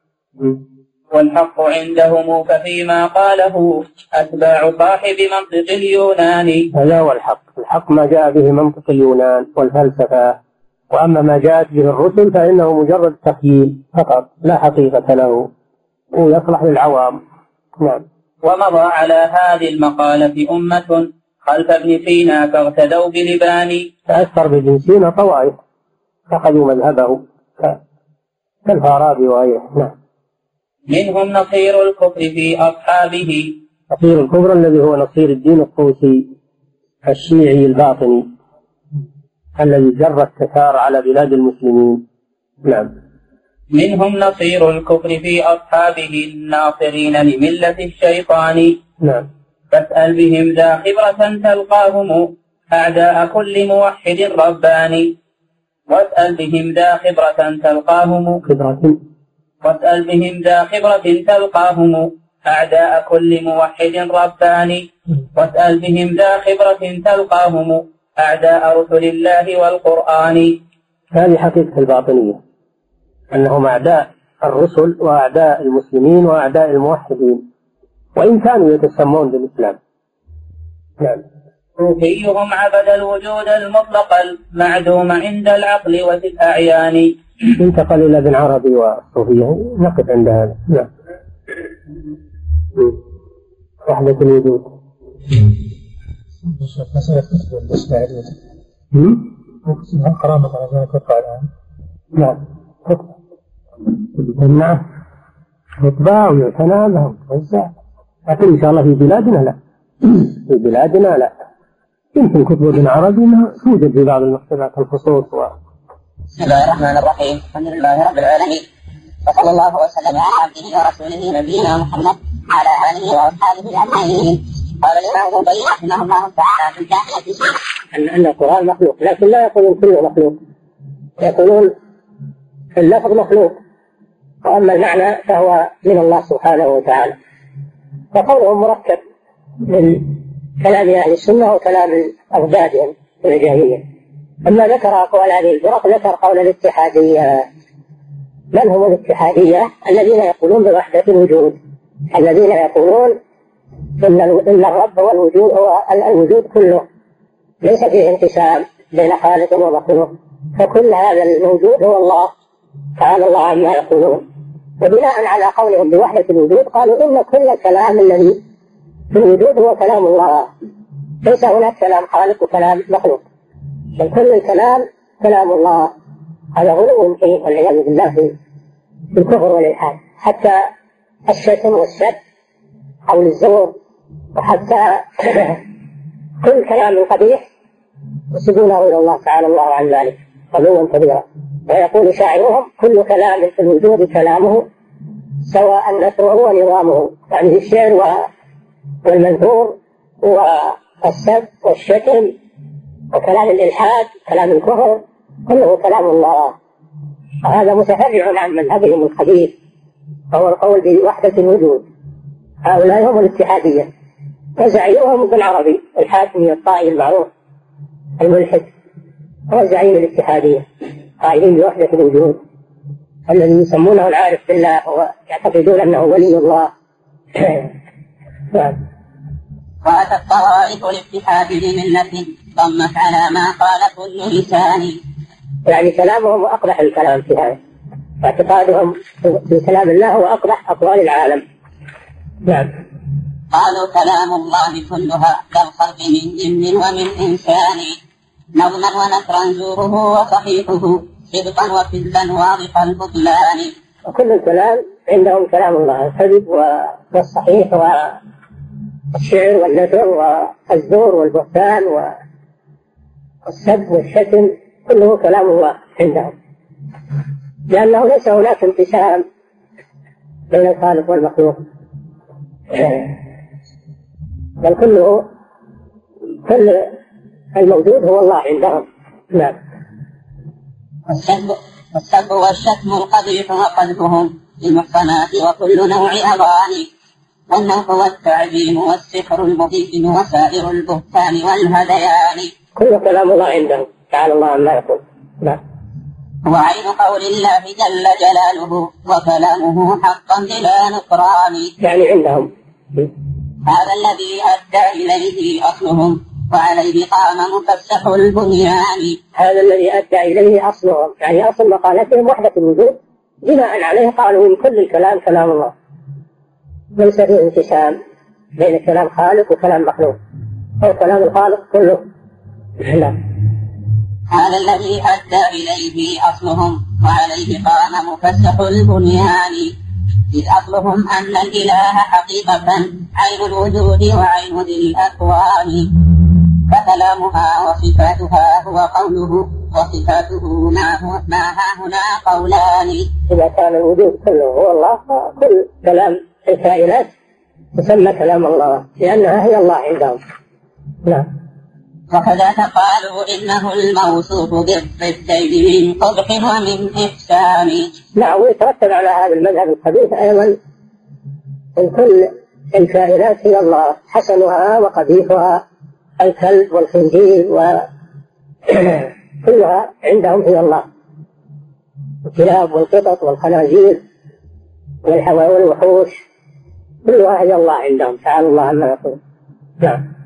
[SPEAKER 3] والحق عندهم ففيما قاله أتباع صاحب منطق اليونان.
[SPEAKER 1] هذا هو الحق. الحق ما جاء به منطق اليونان والفلسفة، وأما ما جاءت به الرسل فإنه مجرد تخييل فقط لا حقيقة له ويصلح للعوام. نعم.
[SPEAKER 3] ومضى على هذه المقالة أمة خلف ابن سينا فاغتدوا بلبان.
[SPEAKER 1] تأثر بابن سينا طوائف أخذوا مذهبه كالفارابي وغيره. نعم.
[SPEAKER 3] منهم نصير الكفر في أصحابه.
[SPEAKER 1] نصير الكفر الذي هو نصير الدين الطوسي الشيعي الباطني الذي جر التتار على بلاد المسلمين. نعم.
[SPEAKER 3] منهم نصير الكفر في أصحابه الناصرين لملة الشيطان.
[SPEAKER 1] نعم.
[SPEAKER 3] فاسأل بهم ذا خبرة تلقاهم أعداء كل موحد رباني. واسأل بهم ذا خبرة تلقاهم
[SPEAKER 1] خبرة
[SPEAKER 3] واسأل بهم ذا خبرة تلقاهم أعداء كل موحد رباني. واسأل بهم ذا خبرة تلقاهم أعداء رسل الله والقرآن.
[SPEAKER 1] هذه حقيقة الباطنية، أنهم أعداء الرسل وأعداء المسلمين وأعداء الموحدين وإن كانوا يتسمون بالإسلام. نعم.
[SPEAKER 3] صوفيهم عبد الوجود المطلق المعدوم عند العقل وفي الأعيان.
[SPEAKER 1] انتقل إلى ابن عربي والصوفية، نقف عند هذا. نعم. وحدة الوجود.
[SPEAKER 2] مسألة كتب الإسماعيلية. هل قرامة على ذلك وقع الآن؟
[SPEAKER 1] نعم. نعم. يطبع ويعتنى بها ويوزع، لكن إن شاء الله في بلادنا لا. في بلادنا لا. يمكن كتب ابن عربي توجد في بعض المكتبات الخصوص. و...
[SPEAKER 4] بسم الله الرحمن الرحيم. الحمد لله رب العالمين، وصلى الله وسلم على عبده ورسوله نبينا محمد وعلى آله وأصحابه أجمعين. قال الإمام ابن القيم رحمه الله تعالى في الجامعة
[SPEAKER 1] أن أن القرآن مخلوق، لكن لا يقولون كله مخلوق، يقولون اللفظ مخلوق وأما المعنى فهو من الله سبحانه وتعالى. فقولهم مركب من كلام أهل السنة وكلام أضدادهم من الجاهلية. أما ذكر أقوال هذه الفرق ذكر قول الاتحادية. من هم الاتحادية؟ الذين يقولون بوحدة الوجود، الذين يقولون إن إن الرب هو الوجود، هو الوجود كله، ليس فيه انقسام بين خالق ومخلوق، فكل هذا الموجود هو الله تعالى الله عما يقولون. وبناء على قولهم بوحدة الوجود قالوا إن كل الكلام الذي في الوجود هو كلام الله، ليس هناك كلام خالق وكلام مخلوق، بل كل الكلام كلام الله. هذا غلو فيه والعياذ بالله في الكفر والإلحاد، حتى الشتم والسب حول الزور، وحتى كل كلام قبيح يسبونه إلى الله تعالى الله عن ذلك غلوا كبيرا. ويقول شاعرهم كل كلام في الوجود كلامه سواء نثره ونظامه، يعني الشعر والمنثور والسب والشتم وكلام الإلحاد كلام الكفر كله كلام الله. وهذا متفرع عن مذهبهم الخبيث وهو القول بوحدة الوجود. هؤلاء هم الاتحادية، وزعيمهم ابن عربي الحاتمي الطائي المعروف الملحد هو زعيم الاتحادية، قائلين بوحدة الوجود، الذي يسمونه العارف بالله ويعتقدون أنه ولي الله.
[SPEAKER 4] وأتت طوائف الاتحاد بملة ضمت على ما قال كل لسان.
[SPEAKER 1] يعني كلامهم أقبح الكلام في هذا، واعتقادهم في كلام الله هو أقبح أقوال العالم، نعم.
[SPEAKER 4] قالوا كلام الله كلها كالخلق من جن ومن إنسان، نظما ونثرا زوره وصحيحه صدقا وكذبا واضح البطلان.
[SPEAKER 1] وكل الكلام عندهم كلام الله، الكذب والصحيح والشعر والنثر والزور والبهتان والسب والشتم كله كلام الله عندهم، لأنه ليس هناك انقسام بين الخالق والمخلوق، بل كله كل الموجود هو الله عندهم. نعم.
[SPEAKER 4] والسب والسب والشتم القبيح وقذفهم للمحصنات وكل نوع أغاني، والنوح والتعظيم والسحر المبين وسائر البهتان والهذيان،
[SPEAKER 1] كل كلام الله عندهم تعالى الله عما يقول. نعم.
[SPEAKER 4] وعين قول الله جل جلاله وكلامه حقا بلا نكران،
[SPEAKER 1] يعني عندهم.
[SPEAKER 4] هذا الذي أدى إليه أصلهم وعليه قام مفسح البنيان.
[SPEAKER 1] هذا الذي أدى إليه أصلهم، يعني أصل مقالتهم وحدة الوجود، بناء عليه قالوا إن كل الكلام كلام الله، ليس فيه انقسام بين كلام خالق وكلام مخلوق، أو كلام الخالق كله. لا.
[SPEAKER 4] هذا الذي أدى إليه أصلهم وعليه قام مفسح البنيان، إذ أصلهم أن الإله حقيقة عين الوجود وعين ذي الأكوان، فكلامها وصفاتها هو قوله وصفاته ما هو ما ها هنا قولان.
[SPEAKER 1] إذا كان الوجود كله هو الله فكل كلام الكائنات تسمى كلام الله، لأنها هي الله عندهم. نعم.
[SPEAKER 4] وكذا قالوا إنه الموصوف بالضدين من قبح ومن إحسان.
[SPEAKER 1] نعم. ويترتب على هذا المذهب الخبيث أيضا إن كل الكائنات هي الله، حسنها وقبيحها، الكلب والخنزير وكلها عندهم هي الله، الكلاب والقطط والخنازير والحيوان والوحوش كلها هي الله عندهم تعالى الله عما يقول. نعم.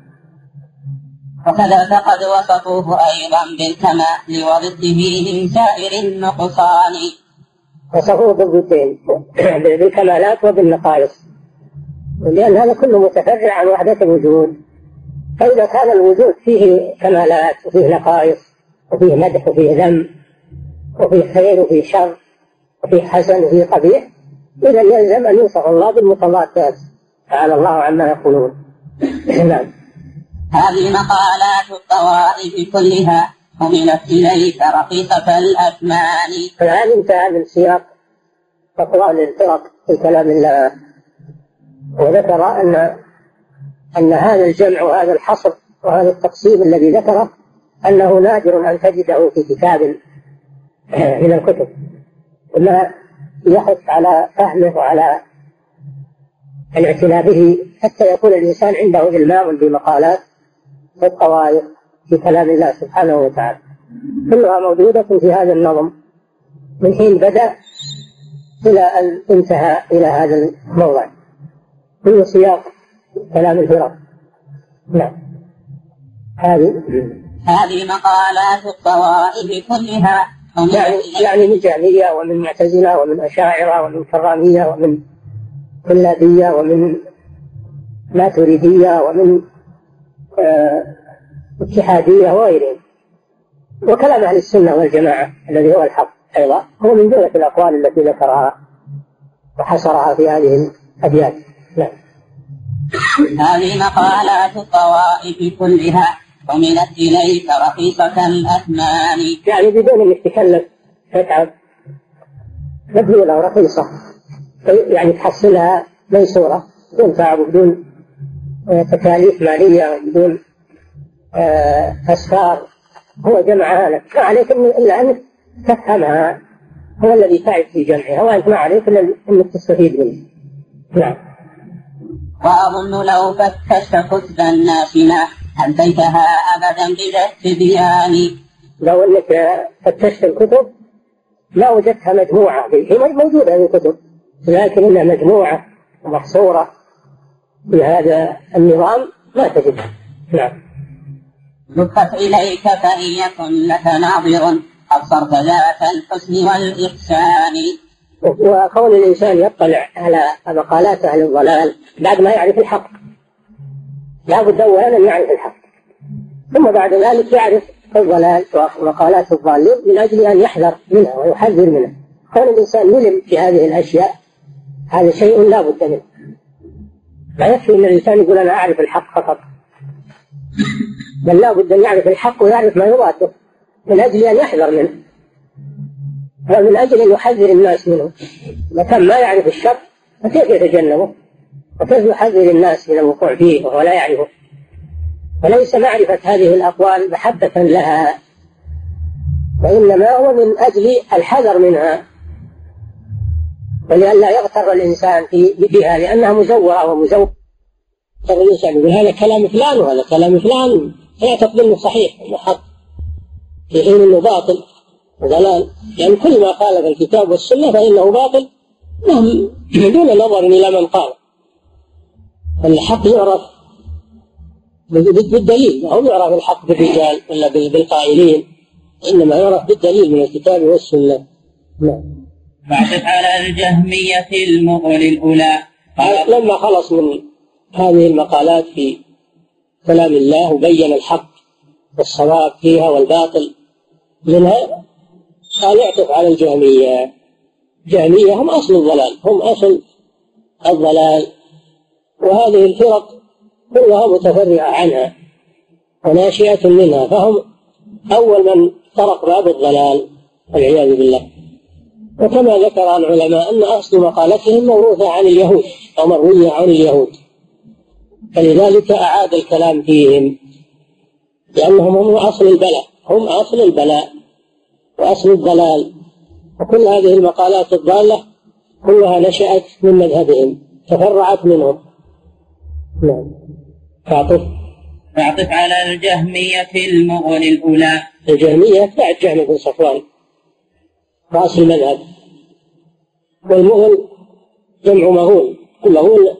[SPEAKER 4] وكذا فقد وصفوه أيضا بالكمال وضده من سائر النقصان.
[SPEAKER 1] وصفوه بالضدين بالكمالات وبالنقائص، لأن هذا كله متفرع عن وحدة الوجود. فإذا كان الوجود فيه كمالات وفيه نقائص وفيه مدح وفيه ذم وفيه خير وفيه شر وفيه حسن وفيه قبيح، إذا يلزم أن يوصف الله بالمتضادات تعالى الله عما يقولون. نعم.
[SPEAKER 4] هذه مقالات الطوائف كلها حملت إليك رقيقة الأثمان.
[SPEAKER 1] الآن انتهى من سياق أقوال الفرق في كلام الله، وذكر أن أن هذا الجمع وهذا الحصر وهذا التقسيم الذي ذكره أنه نادر أن تجده في كتاب من الكتب، وما يحث على فهمه وعلى الاعتناء به حتى يكون الإنسان عنده علم بمقالات الطوائف في كلام الله سبحانه وتعالى، كلها موجودة في هذا النظم من حين بدأ إلى أن انتهى إلى هذا الموضع، كل سياق كلام الفرق. نعم. هذه
[SPEAKER 4] هذه مقالات الطوائف كلها
[SPEAKER 1] يعني, يعني من جهمية ومن معتزلة ومن أشاعرة ومن كرامية ومن كلابية ومن ماتريدية ومن آه اتحادية وغيرهم، وكلام أهل السنة والجماعة الذي هو الحق أيضا هو من جملة الأقوال التي ذكرها وحصرها في هذه الأبيات. نعم.
[SPEAKER 4] هذه مقالات الطوائف كلها ومنت إليك رقيقة الأثمان،
[SPEAKER 1] يعني بدون أن تكلف تتعب مبذولة ورخيصة، يعني تحصلها ميسورة بدون تعب وبدون تكاليف مالية وبدون أسفار. هو جمعها لك، ما عليك إلا أنك تفهمها، هو الذي تعب في جمعها، وأنت ما عليك إلا أنك تستفيد منه. نعم.
[SPEAKER 4] وأظن لو فتشت كتب الناس ما أنتيتها أبدا بلا استبيان.
[SPEAKER 1] لو أنك فتشت الكتب لا وجدتها مجموعة، هي موجودة في الكتب لكن إنها مجموعة ومحصورة بهذا النظام ما تجدها. نعم.
[SPEAKER 4] لفت إليك فإن يكن لك ناظر أبصرت ذات الحسن والإحسان.
[SPEAKER 1] وكون الإنسان يطلع على مقالات أهل الضلال بعد ما يعرف الحق، لا بد أولا أن يعرف الحق، ثم بعد ذلك يعرف الضلال ومقالات الضالين من أجل أن يحذر منها ويحذر منها. كون الإنسان ملم في هذه الأشياء هذا شيء لا بد منه، لا يكفي أن الإنسان يقول أنا أعرف الحق فقط، بل لا بد أن يعرف الحق ويعرف ما يضاده من أجل أن يحذر منه ومن أجل أن يحذر الناس منه. لكن ما يعرف الشر فكيف يتجنبه وكيف يحذر الناس من الوقوع فيه وهو لا يعرفه؟ وليس معرفة هذه الأقوال محبة لها، وإنما هو من أجل الحذر منها ولئلا يغتر الإنسان بها لأنها مزورة ومزورة. الإنسان يقول هذا كلام فلان وهذا كلام فلان فيعتقد أنه صحيح وحق في حين أنه باطل وضلال، لأن كل ما خالف الكتاب والسنة فإنه باطل دون نظر إلى من قال. الحق يعرف بالدليل، أو يعرف الحق بالرجال ولا بالقائلين، إنما يعرف بالدليل من الكتاب والسنة. نعم.
[SPEAKER 3] فاعتف على الجهمية المغل الأولى.
[SPEAKER 1] لما خلص من هذه المقالات في كلام الله وبين الحق والصواب فيها والباطل منها قال اعتف على الجهمية. الجهمية هم أصل الضلال، هم أصل الضلال، وهذه الفرق كلها متفرعة عنها وناشئة منها، فهم أول من طرق باب الضلال والعياذ بالله. وكما ذكر العلماء أن أصل مقالتهم موروثة عن اليهود أو مروية عن اليهود، فلذلك أعاد الكلام فيهم لأنهم هم أصل البلاء، هم أصل البلاء وأصل الضلال، وكل هذه المقالات الضالة كلها نشأت من مذهبهم تفرعت منهم. نعم. فاعطف
[SPEAKER 3] فاعطف على الجهمية المغل الأولى.
[SPEAKER 1] الجهمية بعد جهم بن صفوان رأس المذهب، والمغل جمع مغول، المغول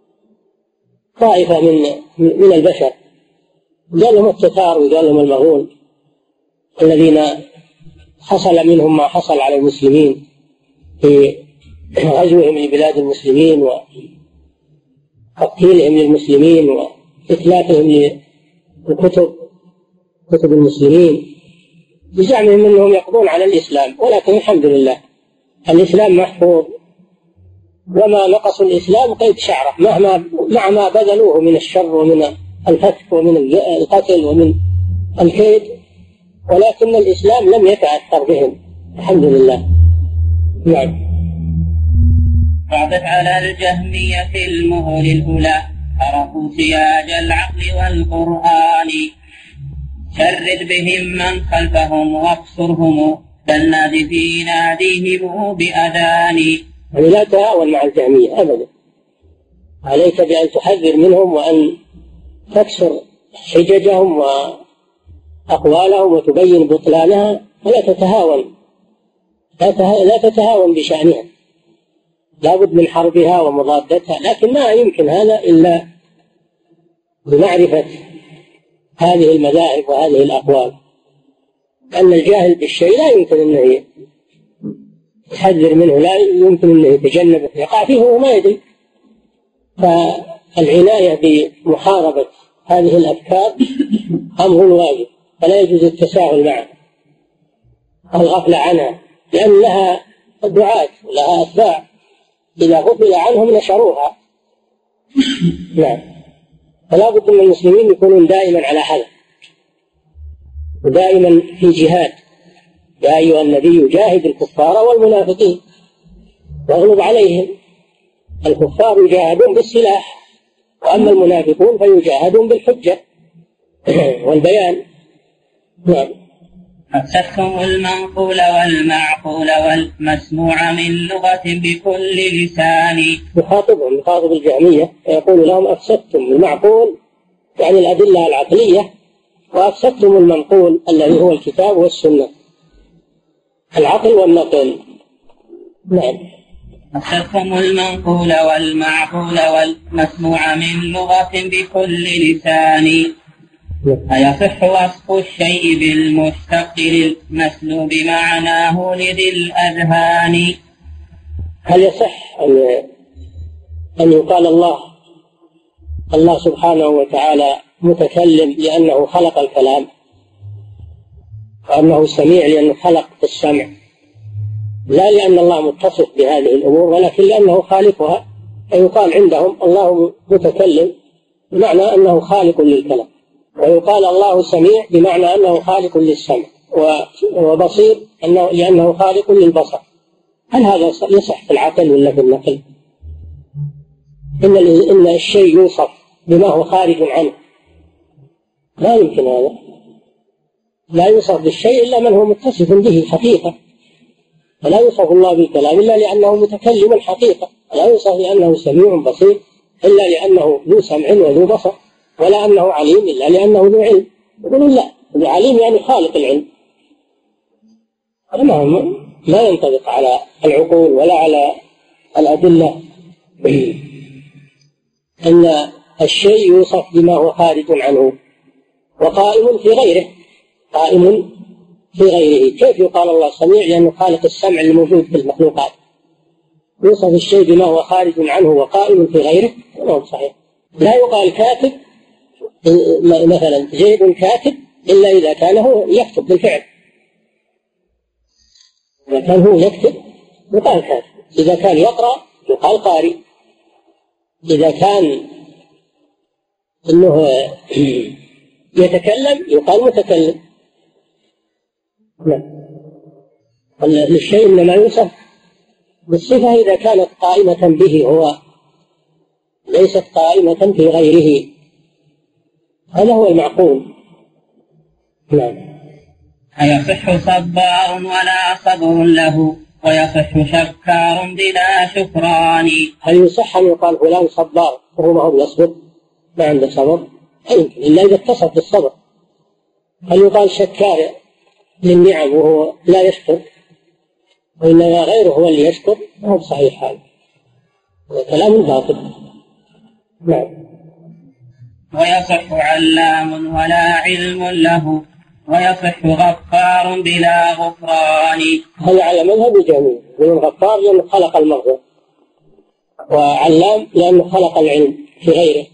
[SPEAKER 1] طائفة من من البشر، قال لهم التتار وقال لهم المغول الذين حصل منهم ما حصل على المسلمين في غزوهم لبلاد المسلمين وتقتيلهم للمسلمين وإتلافهم للكتب كتب المسلمين بزعمهم أنهم يقضون على الإسلام، ولكن الحمد لله الإسلام محفوظ، وما نقص الإسلام قيد شعره مهما مع ما بذلوه من الشر ومن الفتك ومن القتل ومن الكيد، ولكن الإسلام لم يتأثر بهم الحمد لله. نعم.
[SPEAKER 3] فاعطف على الجهمية المغل الأولى عرفوا سياج العقل والقرآن، شرد بهم من خلفهم واقصرهم كالنادي في ناديهم بأذان.
[SPEAKER 1] يعني لا تهاون مع الجهمية أبدا، عليك بأن تحذر منهم وأن تكسر حججهم وأقوالهم وتبين بطلانها، ولا تتهاون لا تتهاون بشأنها، لا بد من حربها ومضادتها، لكن ما يمكن هذا إلا بمعرفة هذه المذاهب وهذه الأقوال، لأن الجاهل بالشيء لا يمكن أنه يحذر منه، لا يمكن أنه يتجنبه، يقع فيه وما يدري. فالعناية بمحاربة هذه الأفكار أمر واجب، فلا يجوز التساهل معها الغفلة عنها، لأن لها دعاة ولها أتباع إذا غفل عنهم نشروها. نعم. فلا بد من المسلمين يكونون دائما على حذر ودائما في جهاد. يا أيها النبي جاهد الكفار والمنافقين واغلظ عليهم. الكفار يجاهدون بالسلاح، وأما المنافقون فيجاهدون بالحجة والبيان. نعم.
[SPEAKER 3] أفسدتم المنقول والمعقول والمسموع من لغة بكل لسان.
[SPEAKER 1] يخاطبهم يخاطب الجهمية فيقول لهم أفسدتم المعقول يعني الأدلة العقلية، وأفسدتم المنقول الذي هو الكتاب والسنة، العقل والنقل. نعم.
[SPEAKER 3] أفسدتم المنقول والمعقول والمسموع من لغة بكل لسان. أيصح وصف الشيء بالمشتق للمسلوب معناه لذي الأذهان.
[SPEAKER 1] هل يصح أن أن يقال الله الله سبحانه وتعالى متكلم لأنه خلق الكلام، وأنه سميع لأنه خلق السمع، لا لأن الله متصف بهذه الأمور ولكن لأنه خالقها، فيقال عندهم الله متكلم بمعنى أنه خالق للكلام، ويقال الله سميع بمعنى أنه خالق للسمع، وبصير أنه لأنه خالق للبصر. هل هذا يصح في العقل ولا في النقل؟ إن إن الشيء يوصف بما هو خارج عنه، لا يمكن هذا، لا يوصف بالشيء إلا من هو متصف به حقيقة، فلا يوصف الله بالكلام إلا لأنه متكلم حقيقة، لا يوصف لأنه سميع بصير إلا لأنه ذو سمع وذو بصر، ولا أنه عليم إلا لأنه ذو علم. يقولون لا، العليم يعني خالق العلم، هذا ما لا ينطبق على العقول ولا على الأدلة. أن الشيء يوصف بما هو خارج عنه وقائم في غيره، قائم في غيره. كيف يقال الله سميع؟ لأنه خالق السمع الموجود في المخلوقات. يوصف الشيء بما هو خارج عنه وقائم في غيره، هذا صحيح. لا يقال كاتب مثلا زيد كاتب إلا إذا كان هو يكتب بالفعل، إذا كان هو يكتب يقال كاتب، إذا كان يقرأ يقال قارئ، إذا كان إنه يتكلم يقال متكلم. للشيء إنما يوصف بالصفة إذا كانت قائمة به هو، ليست قائمة في غيره، هذا هو المعقول. نعم.
[SPEAKER 3] أيصح صبار ولا صبر له، ويصح شكار بلا شكران؟
[SPEAKER 1] هل يصح أن يقال فلان صبار وهو ما هو يصبر، ما عنده صبر؟ يمكن إلا إذا اتصف بالصبر. هل يقال شكار للنعم وهو لا يشكر، وإنما غيره هو اللي يشكر؟ ما هو صحيح، هذا كلام باطل. نعم.
[SPEAKER 3] ويصح علام ولا علم له، ويصح غفار بلا غفران.
[SPEAKER 1] هذا على مذهب الجميع، يقولون غفار لأنه خلق المغفر، وعلام لأنه خلق العلم في غيره،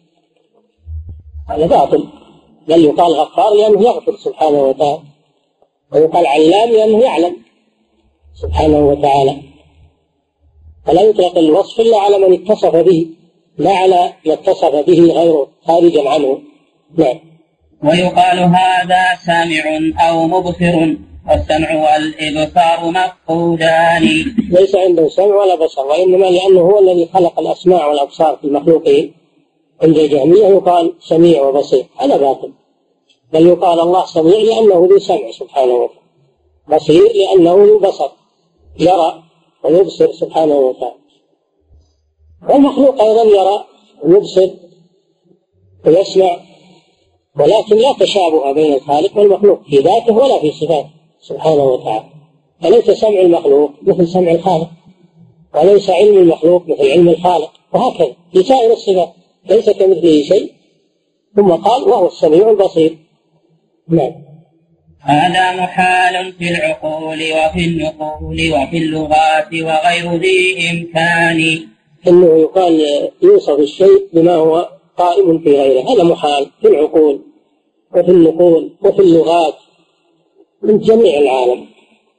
[SPEAKER 1] هذا باطل. بل يقال غفار لأنه يغفر سبحانه وتعالى، ويقال علام لأنه يعلم سبحانه وتعالى. فلا يطلق الوصف إلا على من اتصف به، لا على ما اتصف به غيره خارجا عنه. نعم.
[SPEAKER 3] ويقال هذا سامع أو مبصر، والسمع والإبصار مفقودان.
[SPEAKER 1] ليس عنده سمع ولا بصر، وإنما لأنه هو الذي خلق الأسماع والأبصار في المخلوقين. عند الجهمية يقال سميع وبصير، هذا باطل. بل يقال الله سميع لأنه ذو سمع سبحانه وتعالى، بصير لأنه ذو بصر، يرى ويبصر سبحانه وتعالى. والمخلوق أيضا يرى ويبصر ويسمع، ولكن لا تشابه بين الخالق والمخلوق في ذاته ولا في صفاته سبحانه وتعالى. فليس سمع المخلوق مثل سمع الخالق، وليس علم المخلوق مثل علم الخالق، وهكذا في سائر الصفات ليس كمثله شيء. ثم قال وهو السميع البصير. نعم.
[SPEAKER 3] هذا محال في العقول وفي النقول وفي اللغات وغير ذي إمكان.
[SPEAKER 1] إنه يقال يوصف الشيء بما هو قائم في غيره، هذا محال في العقول وفي النقول وفي اللغات من جميع العالم.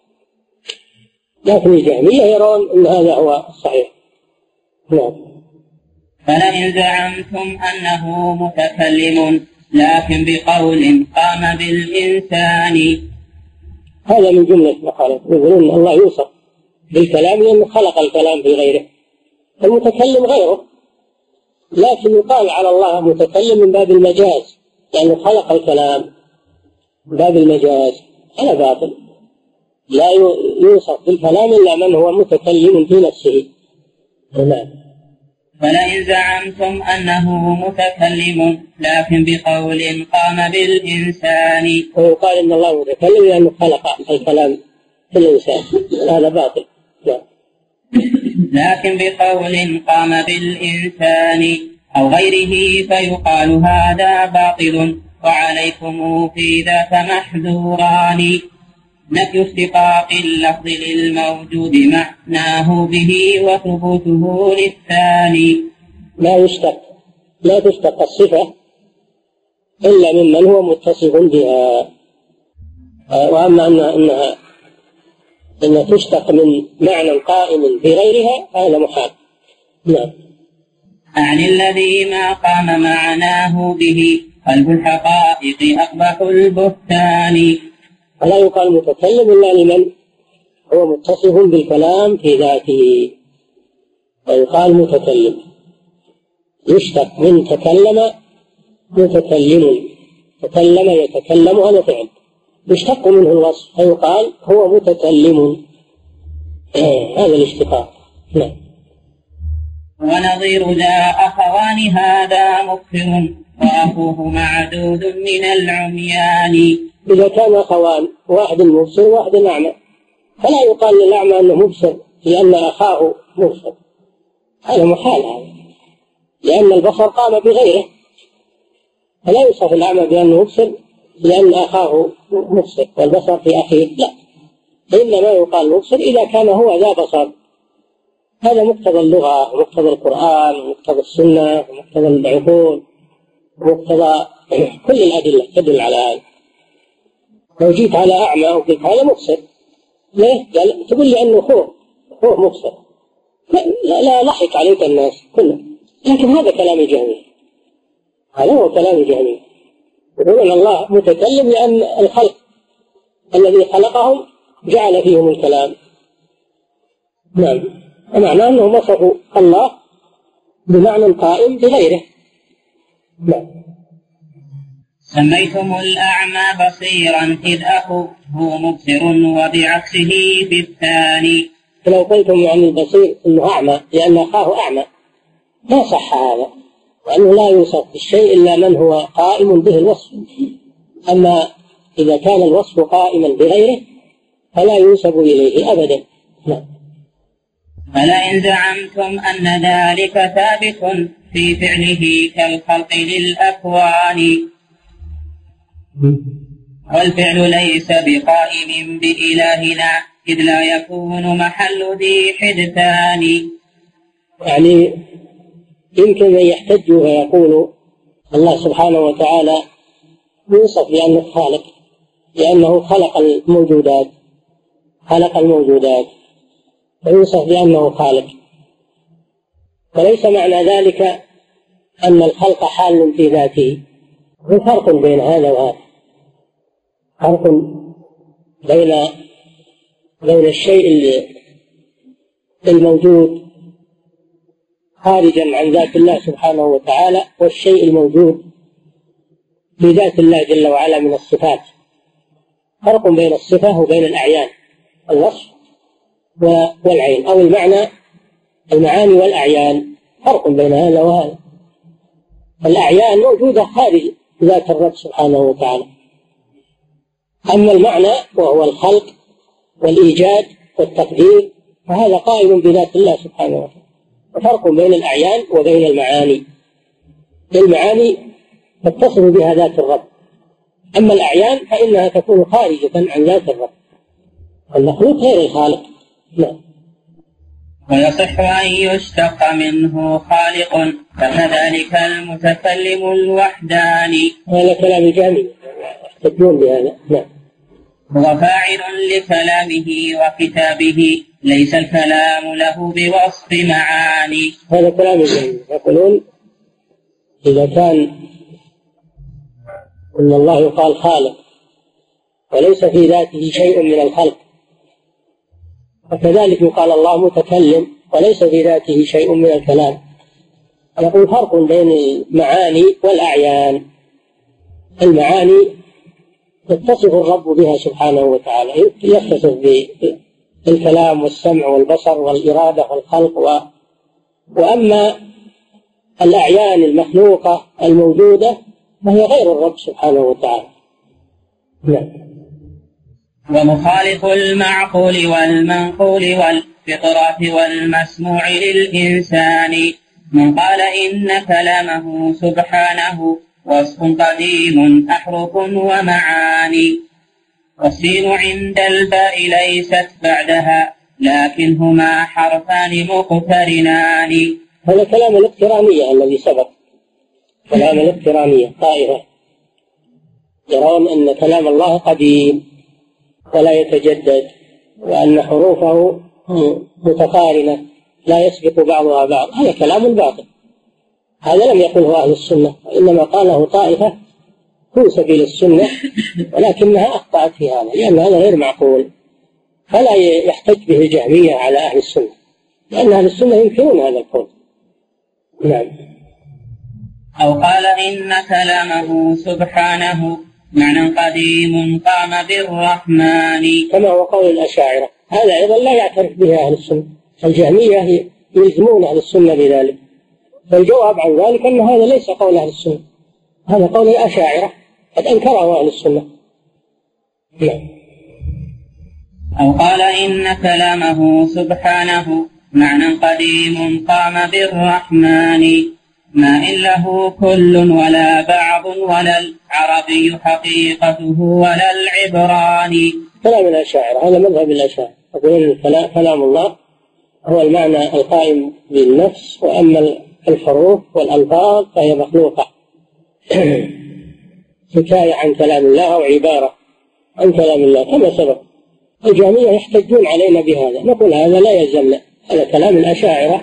[SPEAKER 1] لكن الجهمية يرون أن هذا هو الصحيح. نعم.
[SPEAKER 3] فلئن زعمتم أنه متكلم لكن بقول قام بالإنسان.
[SPEAKER 1] هذا من جملة مقالات، يقولون الله يوصف بالكلام لأنه خلق الكلام في غيره، المتكلم غيره، لكن يقال على الله متكلم من باب المجاز لأنه خلق الكلام من باب المجاز. هذا باطل، لا يوصف بالكلام إلا من هو متكلم في نفسه. نعم.
[SPEAKER 3] فلئن زعمتم أنه متكلم لكن بقول قام بالإنسان.
[SPEAKER 1] ويقال إن الله متكلم لأنه خلق الكلام في الإنسان، هذا باطل. لا.
[SPEAKER 3] لكن بقول قام بالإنسان أو غيره فيقال هذا باطل، وعليكم في ذاك محذوران. نفي اشتقاق اللفظ للموجود معناه به وثبوته للثاني.
[SPEAKER 1] لا يشتق لا تشتق الصفة إلا ممن هو متصف بها، وأما أنها, إنها إنها تشتق من معنى قائم بغيرها هذا محال. نعم.
[SPEAKER 3] عن الذي ما قام معناه به قلب الحقائق أقبح البهتان.
[SPEAKER 1] ولا يقال متكلم إلا لمن هو متصف بالكلام في ذاته، ويقال متكلم. يشتق من تكلم متكلم، تكلم يتكلم هذا فعل، يشتق منه الوصف فيقال هو متكلم. هذا الاشتقاق. نعم.
[SPEAKER 3] ونظير ذا أخوان هذا مكفر وأخوه معدود من العميان.
[SPEAKER 1] إذا كان أخوان واحد مبصر وواحد أعمى فلا يقال للأعمى أنه مبصر لأن أخاه مبصر، هذا محال هذا، لأن البصر قام بغيره، فلا يوصف الأعمى بأنه مبصر لأن أخاه مبصر والبصر في أخيه، لا، إنما يقال مبصر إذا كان هو ذا بصر. هذا مقتضى اللغة ومقتضى القرآن ومقتضى السنة ومقتضى العقول ومقتضى كل الأدلة تدل على هذا. لو جيت على أعمى وقلت هذا مبصر، ليه؟ قال تقول لي أنه أخوه أخوه مبصر، لا, لا ضحك عليك الناس كلهم، لكن هذا كلام جهمي، هذا هو كلام جهمي. يقولون الله متكلم لأن الخلق الذي خلقهم جعل فيهم الكلام. نعم. ومعناه أنهم وصفوا الله بمعنى قائم بغيره. نعم.
[SPEAKER 3] سميتم الأعمى بصيرا إذ أخوه مبصر وبعكسه في الثاني.
[SPEAKER 1] لو قلتم عن البصير أنه أعمى لأن أخاه أعمى لا صح هذا، وأنه لا يوصف بالشيء إلا من هو قائم به الوصف. أما إذا كان الوصف قائما بغيره فلا يوصف إليه أبدا. نعم.
[SPEAKER 3] فلئن زعمتم أن ذلك ثابت في فعله كالخلق للأكوان والفعل ليس بقائم بإلهنا إذ لا يكون محل ذي حدثان.
[SPEAKER 1] يعني يمكن أن يحتجوا ويقولوا الله سبحانه وتعالى يوصف بأنه خالق لأنه خلق الموجودات خلق الموجودات ويوصف بأنه خالق، وليس معنى ذلك أن الخلق حال في ذاته. في فرق بين هذا وهذا، فرق بين بين الشيء الموجود خارجا عن ذات الله سبحانه وتعالى والشيء الموجود في ذات الله جل وعلا من الصفات. فرق بين الصفة وبين الأعيان، الوصف والعين أو المعنى، المعاني والأعيان، فرق بين هذا وهذا. الأعيان موجودة خارج ذات الرب سبحانه وتعالى، أما المعنى وهو الخلق والإيجاد والتقدير فهذا قائم بذات الله سبحانه وتعالى. وفرق بين الأعيان وبين المعاني، المعاني تتصف بها ذات الرب، أما الأعيان فإنها تكون خارجة عن ذات الرب، المخلوق غير الخالق. لا.
[SPEAKER 3] ويصح أن يشتق منه خالق فكذلك المتكلم الوحداني.
[SPEAKER 1] هذا كلام جامع يحتجون بهذا. نعم.
[SPEAKER 3] هو فاعل لكلامه وكتابه ليس الكلام له بوصف معاني.
[SPEAKER 1] هذا كلام جامع. يقولون إذا كان إن الله يقال خالق وليس في ذاته شيء من الخلق، وكذلك يقال الله متكلم وليس في ذاته شيء من الكلام. يقول فرق بين المعاني والأعيان. المعاني يتصف الرب بها سبحانه وتعالى، يتصف بالكلام والسمع والبصر والإرادة والخلق و... وأما الأعيان المخلوقة الموجودة فهي غير الرب سبحانه وتعالى. نعم.
[SPEAKER 3] ومخالف المعقول والمنقول والفطرة والمسموع للإنسان من قال إن كلامه سبحانه وصف قديم أحرف ومعاني. والسين عند الباء ليست بعدها لكنهما حرفان مقترنان.
[SPEAKER 1] هذا كلام الاقترانية الذي سبق، كلام الاقترانية طائفة يرون أن كلام الله قديم ولا يتجدد، وأن حروفه متقارنة لا يسبق بعضها بعض. هذا كلام باطل، هذا لم يقله أهل السنة، وإنما قاله طائفة في سبيل السنة، ولكنها أخطأت في هذا، لأن هذا غير معقول، فلا يحتج به الجهمية على أهل السنة، لأن أهل السنة ينكرون هذا القول. نعم.
[SPEAKER 3] أو قال إن كلامه سبحانه معنى قديم قام بالرحمن،
[SPEAKER 1] كما هو قول الأشاعرة، هذا أيضا لا يعترف به أهل السنة. الجهمية يلزمون أهل السنة بذلك، فالجواب عن ذلك أن هذا ليس قول أهل السنة، هذا قول الأشاعرة قد أنكره أهل السنة. نعم.
[SPEAKER 3] أو قال إن كلامه سبحانه معنى قديم قام بالرحمن، ما إن له كل ولا بعض ولا العربي حقيقته ولا العبراني.
[SPEAKER 1] كلام الأشاعرة هذا مذهب الأشاعرة، يقولون كلام الله هو المعنى القائم بالنفس، وأما الحروف والألفاظ فهي مخلوقة حكاية عن كلام الله أو عبارة عن كلام الله كما سبق. الجهمية يحتجون علينا بهذا، نقول هذا لا يلزمنا، هذا كلام الأشاعرة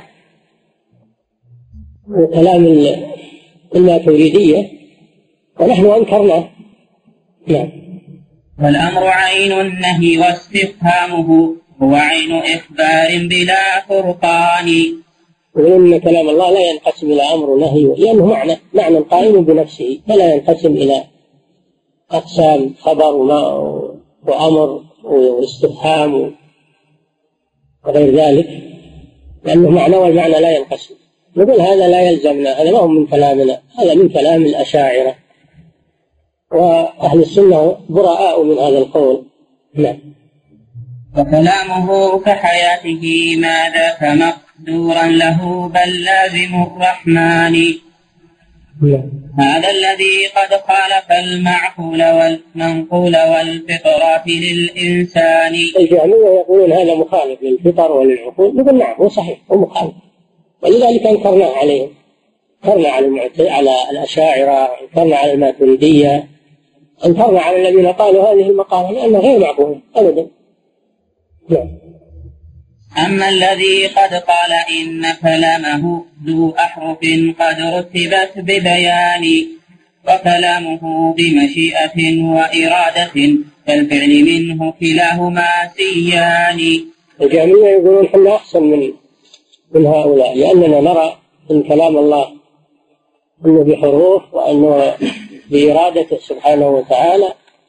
[SPEAKER 1] وكلام الماتريدية ونحن أنكرناه. نعم.
[SPEAKER 3] والأمر عين النهي واستفهامه هو عين إخبار بلا فرقان.
[SPEAKER 1] وإن كلام الله لا ينقسم إلى أمر ونهي، لأنه معنى معنى قائم بنفسه، فلا ينقسم إلى أقسام خبر وأمر واستفهام وغير ذلك، لأنه معنى والمعنى لا ينقسم. نقول هذا لا يلزمنا، هذا ما هو من كلامنا، هذا من كلام الأشاعرة، وأهل السنة براء من هذا القول. نعم.
[SPEAKER 3] وكلامه كحياته ما ذاك مقدورا له بل لازم الرحمن.
[SPEAKER 1] نعم.
[SPEAKER 3] هذا الذي قد خالف المعقول والمنقول والفطرات للإنسان.
[SPEAKER 1] الجهمية يقولون هذا مخالف للفطر وللعقول، نقول نعم هو صحيح هو مخالف، ولذلك أنكرنا عليهم، أنكرنا على على الأشاعرة، أنكرنا على الماتريدية، أنكرنا على الذين قالوا هذه المقالة، لأنها غير معقولة أبدا. نعم.
[SPEAKER 3] أما الذي قد قال إن كلامه ذو أحرف قد رتبت ببيان، وكلامه بمشيئة وإرادة كالفعل منه كلاهما سيان.
[SPEAKER 1] الجهمية يقولون حنا أحسن من من هؤلاء، لأننا نرى أن كلام الله أنه بحروف وأنه بإرادته سبحانه وتعالى.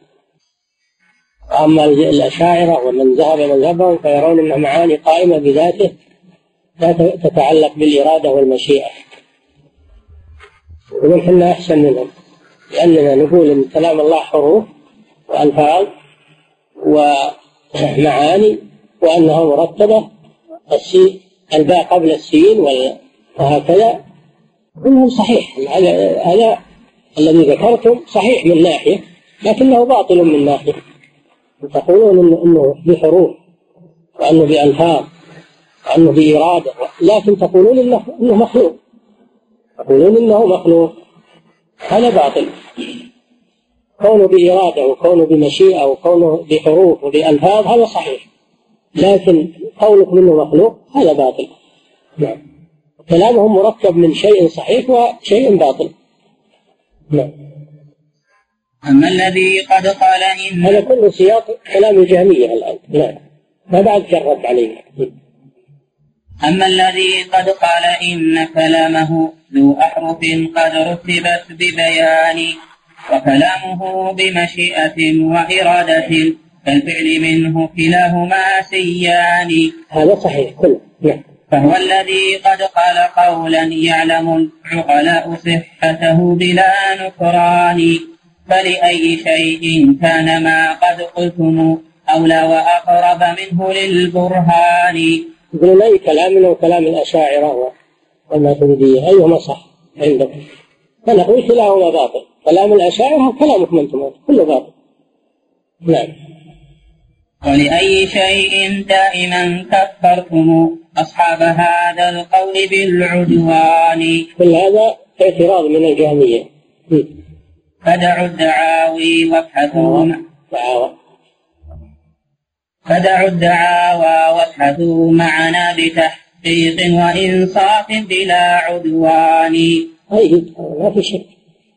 [SPEAKER 1] أما الأشاعرة ومن ذهب مذهبهم فيرون أن معاني قائمة بذاته لا تتعلق بالإرادة والمشيئة، يقولون حنا أحسن منهم، لأننا نقول أن كلام الله حروف وألفاظ ومعاني، وأنها مرتبة، السين الباء قبل السين وهكذا، كله صحيح. هذا الذي ذكرتم صحيح من ناحية، لكنه باطل من ناحية. تقولون إنه بحروف وأنه بألفاظ وأنه بإرادة، لكن تقولون إنه, إنه مخلوق، تقولون إنه مخلوق، هذا باطل. كونه بإرادة وكونه بمشيئة وكونه بحروف وبألفاظ هذا صحيح، لكن قولك منه مخلوق هذا باطل. نعم. كلامهم مركب من شيء صحيح وشيء باطل. نعم.
[SPEAKER 3] أما الذي قد قال إن
[SPEAKER 1] هذا كله سياق كلام الجهمية الآن. نعم. ما بعد جرد علينا.
[SPEAKER 3] أما الذي قد قال إن كلامه ذو أحرف قد رتبت ببيان، وكلامه بمشيئة وإرادة كالفعل منه كلاهما سيان.
[SPEAKER 1] هذا صحيح كله. نعم.
[SPEAKER 3] فهو الذي قد قال قولا يعلم العقلاء صحته بلا نكران، فلأي شيء كان ما قد قلتم أولى وأقرب منه للبرهان.
[SPEAKER 1] يقولون أي كلامنا وكلام الأشاعرة والماتريدية أيهما صح عندكم؟ فنقول كلاهما باطل، كلام الأشاعرة وكلامكم أنتم كله باطل. نعم.
[SPEAKER 3] ولأي شيء دائما كفرتم أصحاب هذا القول بالعدوان.
[SPEAKER 1] كل هذا اعتراض من الجهمية.
[SPEAKER 3] فدعوا الدعاوي وابحثوا فدعوا الدعاوى وابحثوا معنا بتحقيق وإنصاف بلا عدوان.
[SPEAKER 1] طيب ما في شك.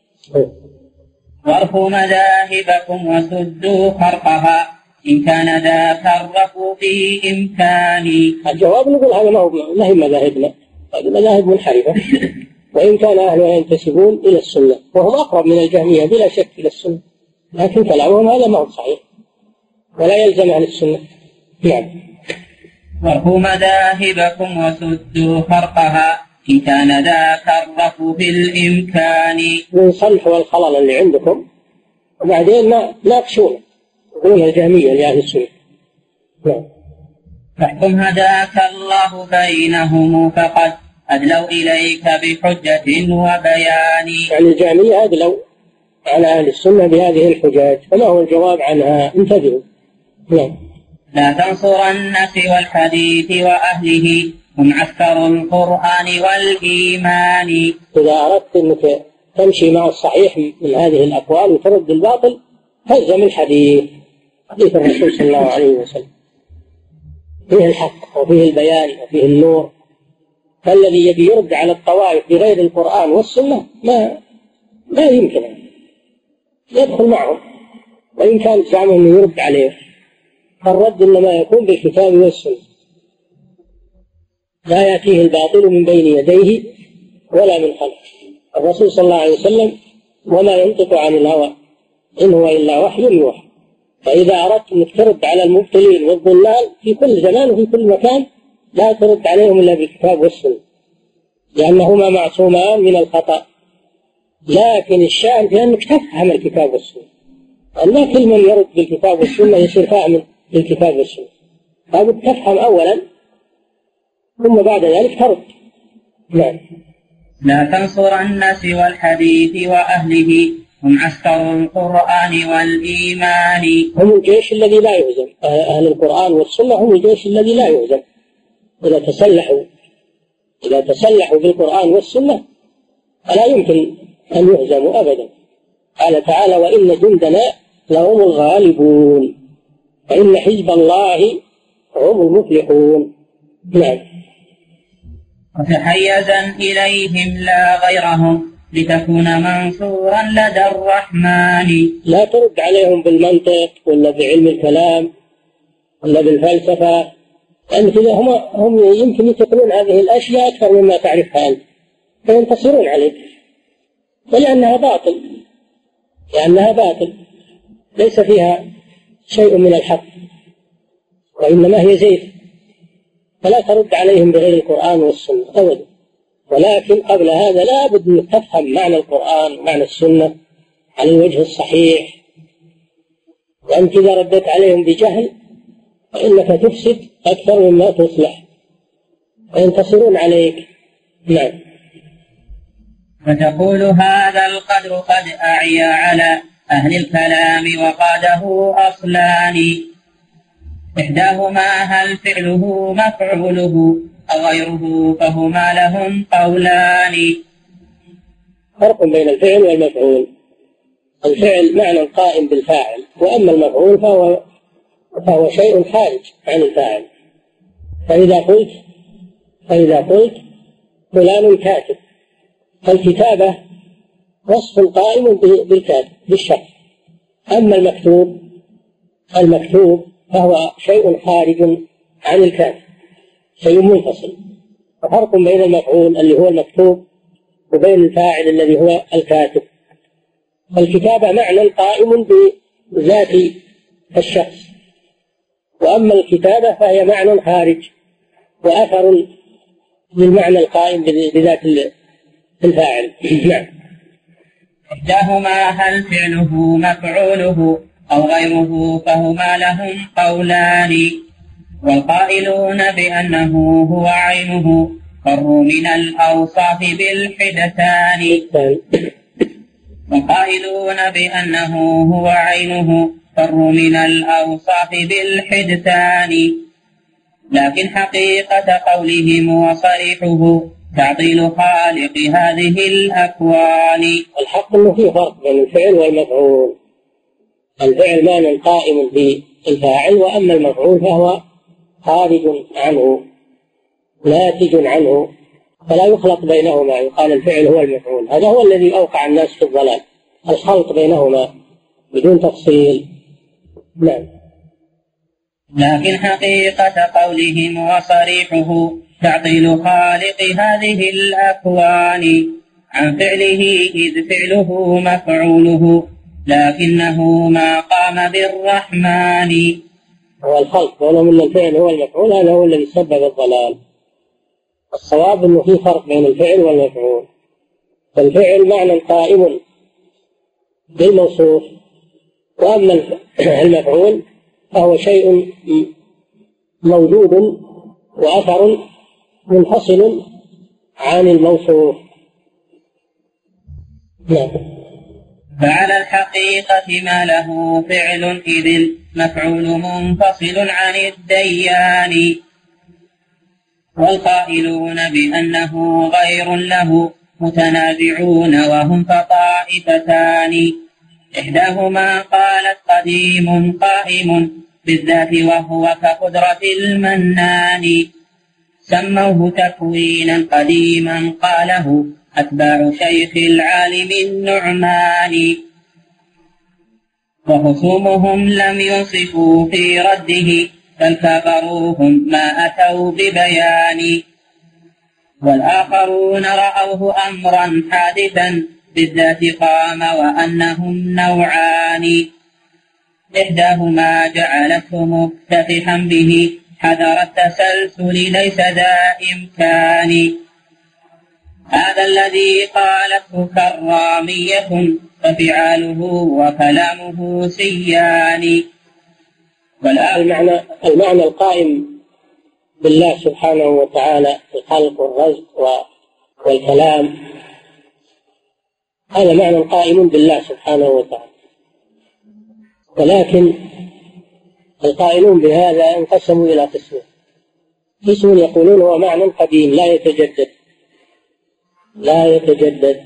[SPEAKER 3] وارفوا مذاهبكم وسدوا خرقها إن كان ذا فرقوا في إمكاني.
[SPEAKER 1] الجواب نقول هذا ما هو ما هي مذاهبنا، هذه مذاهب منحرفة، وإن كان أهلها ينتسبون إلى السنة وهم أقرب من الجهمية بلا شك إلى السنة، لكن كلامهم هذا ما هو صحيح ولا يلزم عن السنة. نعم.
[SPEAKER 3] وارفوا مذاهبكم وسدوا خرقها إن كان ذا فرقوا في الإمكان.
[SPEAKER 1] ويصلحوا الخلل اللي عندكم وبعدين ناقشون يقولون الجهمية لأهل السنة. نعم.
[SPEAKER 3] فاحكم هداك الله بينهم فقد أدلوا إليك بحجة وبيان.
[SPEAKER 1] يعني الجهمية أدلوا على أهل السنة بهذه الحجاج، فما هو الجواب عنها؟ انتبهوا. نعم.
[SPEAKER 3] لا تنصرن في والحديث وأهله هم عسكر القرآن والإيمان.
[SPEAKER 1] إذا أردت أنك تمشي مع الصحيح من هذه الأقوال وترد الباطل فالزم الحديث، حديث الرسول صلى الله عليه وسلم فيه الحق وفيه البيان وفيه النور. فالذي يبي يرد على الطوائف بغير القرآن والسنة ما ما يمكن يدخل معهم، وإن كان زعمه أنه يرد عليه، فالرد إنما يكون بالكتاب والسنة، لا يأتيه الباطل من بين يديه ولا من خلفه. الرسول صلى الله عليه وسلم وما ينطق عن الهوى إن هو إلا وحي يوحى. فإذا أردت أن ترد على المبطلين والضلال في كل زمان وفي كل مكان لا ترد عليهم إلا بالكتاب والسنة، لأنهما معصومان من الخطأ. لكن الشأن في أنك تفهم الكتاب والسنة، ما كل من يرد بالكتاب والسنة يصير فاهم بالكتاب والسنة، لابد تفهم أولا ثم بعد ذلك ترد. نعم.
[SPEAKER 3] لا تنصرن سوى الحديث وأهله هم عسكر القرآن والإيمان.
[SPEAKER 1] هم الجيش الذي لا يهزم، أهل القرآن والسنة هم الجيش الذي لا يهزم. إذا تسلحوا إذا تسلحوا بالقرآن والسنة فلا يمكن أن يهزموا أبدا. قال تعالى: وإن جندنا لهم الغالبون وإن حزب الله هم المفلحون. نعم.
[SPEAKER 3] وتحيزا إليهم لا غيرهم لتكون منصورا لدى الرحمن.
[SPEAKER 1] لا ترد عليهم بالمنطق ولا بعلم الكلام ولا بالفلسفة، لأن كذا هم هم يمكن يتقنون هذه الأشياء أكثر مما تعرفها أنت فينتصرون عليك، ولأنها باطل لأنها باطل ليس فيها شيء من الحق وإنما هي زيف. فلا ترد عليهم بغير القرآن والسنة أبدا، ولكن قبل هذا لا بد أن تفهم معنى القرآن ومعنى السنة على الوجه الصحيح. وأنت إذا ردت عليهم بجهل فإنك تفسد أكثر مما تصلح وينتصرون عليك. نعم.
[SPEAKER 3] فتقول هذا القدر قد أعيا على أهل الكلام وقاده أصلان، إحداهما هل فعله مفعوله أو غيره فهما لهم قولان.
[SPEAKER 1] فرق بين الفعل والمفعول. الفعل معنى قائم بالفاعل، وأما المفعول فهو, فهو شيء خارج عن الفاعل. فإذا قلت فإذا قلت فلان كاتب، فالكتابة وصف قائم بالكاتب بالشخص. أما المكتوب المكتوب فهو شيء خارج عن الكاتب، شيء منفصل. ففرق بين المفعول اللي هو المكتوب وبين الفاعل الذي هو الكاتب. الكتابة معنى قائم بذات الشخص، وأما الكتابة فهي معنى خارج وأثر للمعنى القائم بذات الفاعل. نعم.
[SPEAKER 3] إحداهما هل فعله مفعوله أو غيره فهما لهم قولان، والقائلون بأنه هو عينه فروا من الأوصاف بالحدثان. والقائلون بأنه هو عينه فر من الأوصاف بالحدثان. لكن حقيقة قولهم وصريحه تعطيل خالق هذه الأكوان.
[SPEAKER 1] الحق أنه في فرق بين الفعل والمفعول. الفعل معنى قائم بالفاعل، وأما المفعول فهو خارج عنه ناتج عنه، فلا يخلط بينهما، يقال الفعل هو المفعول. هذا هو الذي أوقع الناس في الضلال، الخلط بينهما بدون تفصيل. نعم.
[SPEAKER 3] لكن حقيقة قولهم وصريحه تعطيل خالق هذه الأكوان عن فعله، إذ فعله مفعوله لكنه ما قام بالرحمن.
[SPEAKER 1] هو الخلط بينهم أن الفعل هو المفعول، هذا هو الذي سبب الضلال. الصواب أنه في فرق بين الفعل والمفعول. فالفعل معنى قائم بالموصوف، وأما المفعول فهو شيء موجود وأثر منفصل عن الموصوف. نعم.
[SPEAKER 3] فعلى الحقيقة ما له فعل إذ المفعول منفصل عن الديان. والقائلون بأنه غير له متنازعون وهم فطائفتان. إحداهما قالت قديم قائم بالذات وهو كقدرة المنان، سموه تكوينا قديما قاله أتباع شيخ العالم النعمان. وخصومهم لم ينصفوا في رده بل كبروهم ما أتوا ببيان. والآخرون رأوه أمرا حادثا بالذات قام وأنهم نوعان. إحداهما جعلته مفتتحا به حذر التسلسل ليس ذا إمكان. هذا الذي قالته كرامية ففعاله وكلامه سيان.
[SPEAKER 1] المعنى, المعنى القائم بالله سبحانه وتعالى الخلق والرزق والكلام، هذا معنى قائم بالله سبحانه وتعالى. ولكن القائلون بهذا انقسموا إلى قسمين. قسم يقولون هو معنى قديم لا يتجدد لا يتجدد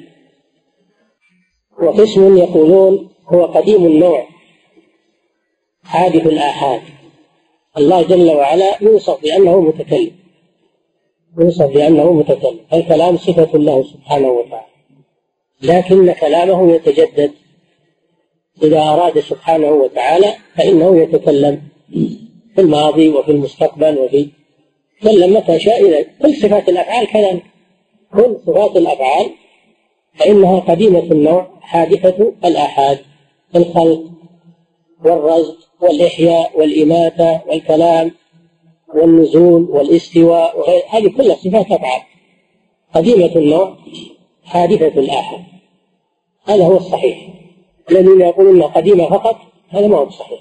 [SPEAKER 1] وقسم يقولون هو قديم النوع حادث الآحاد. الله جل وعلا يوصف بأنه متكلم يوصف بأنه متكلم الكلام صفة الله سبحانه وتعالى، لكن كلامه يتجدد. إذا أراد سبحانه وتعالى فإنه يتكلم في الماضي وفي المستقبل وفي تكلم متى شاء. إذا كل صفات الأفعال كذلك، كل صفات الأفعال فإنها قديمة النوع حادثة الآحاد، الخلق والرزق والإحياء والإماتة والكلام والنزول والاستواء وغير هذه كلها صفات أفعال قديمة النوع حادثة الآحاد. هذا هو الصحيح. الذين يقولون قديمة فقط هذا ما هو صحيح،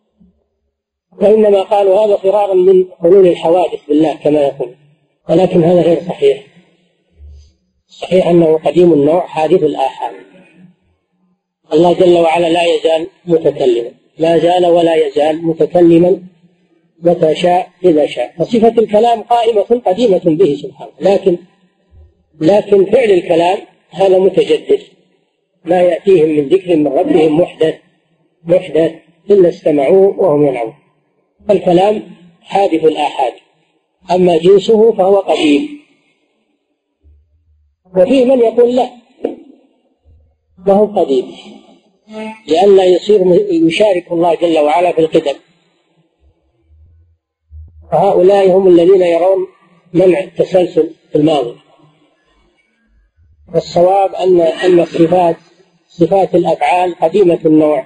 [SPEAKER 1] وإنما قالوا هذا فرارا من حلول الحوادث بالله كما يقول، ولكن هذا غير صحيح. صحيح أنه قديم النوع حادث الآحاد. الله جل وعلا لا يزال متكلما، لا زال ولا يزال متكلما متى شاء إذا شاء. فصفة الكلام قائمة قديمة به سبحانه، لكن لكن فعل الكلام هذا متجدد، ما يأتيهم من ذكر من ربهم محدث محدث إلا استمعوه وهم يلعبون. فالكلام حادث الآحاد، أما جنسه فهو قديم. وفيه من يقول لا ما هو قديم، لأن لا يصير يشارك الله جل وعلا في القدم. وهؤلاء هم الذين يرون منع التسلسل في الماضي. والصواب أن أن الصفات صفات الأفعال قديمة النوع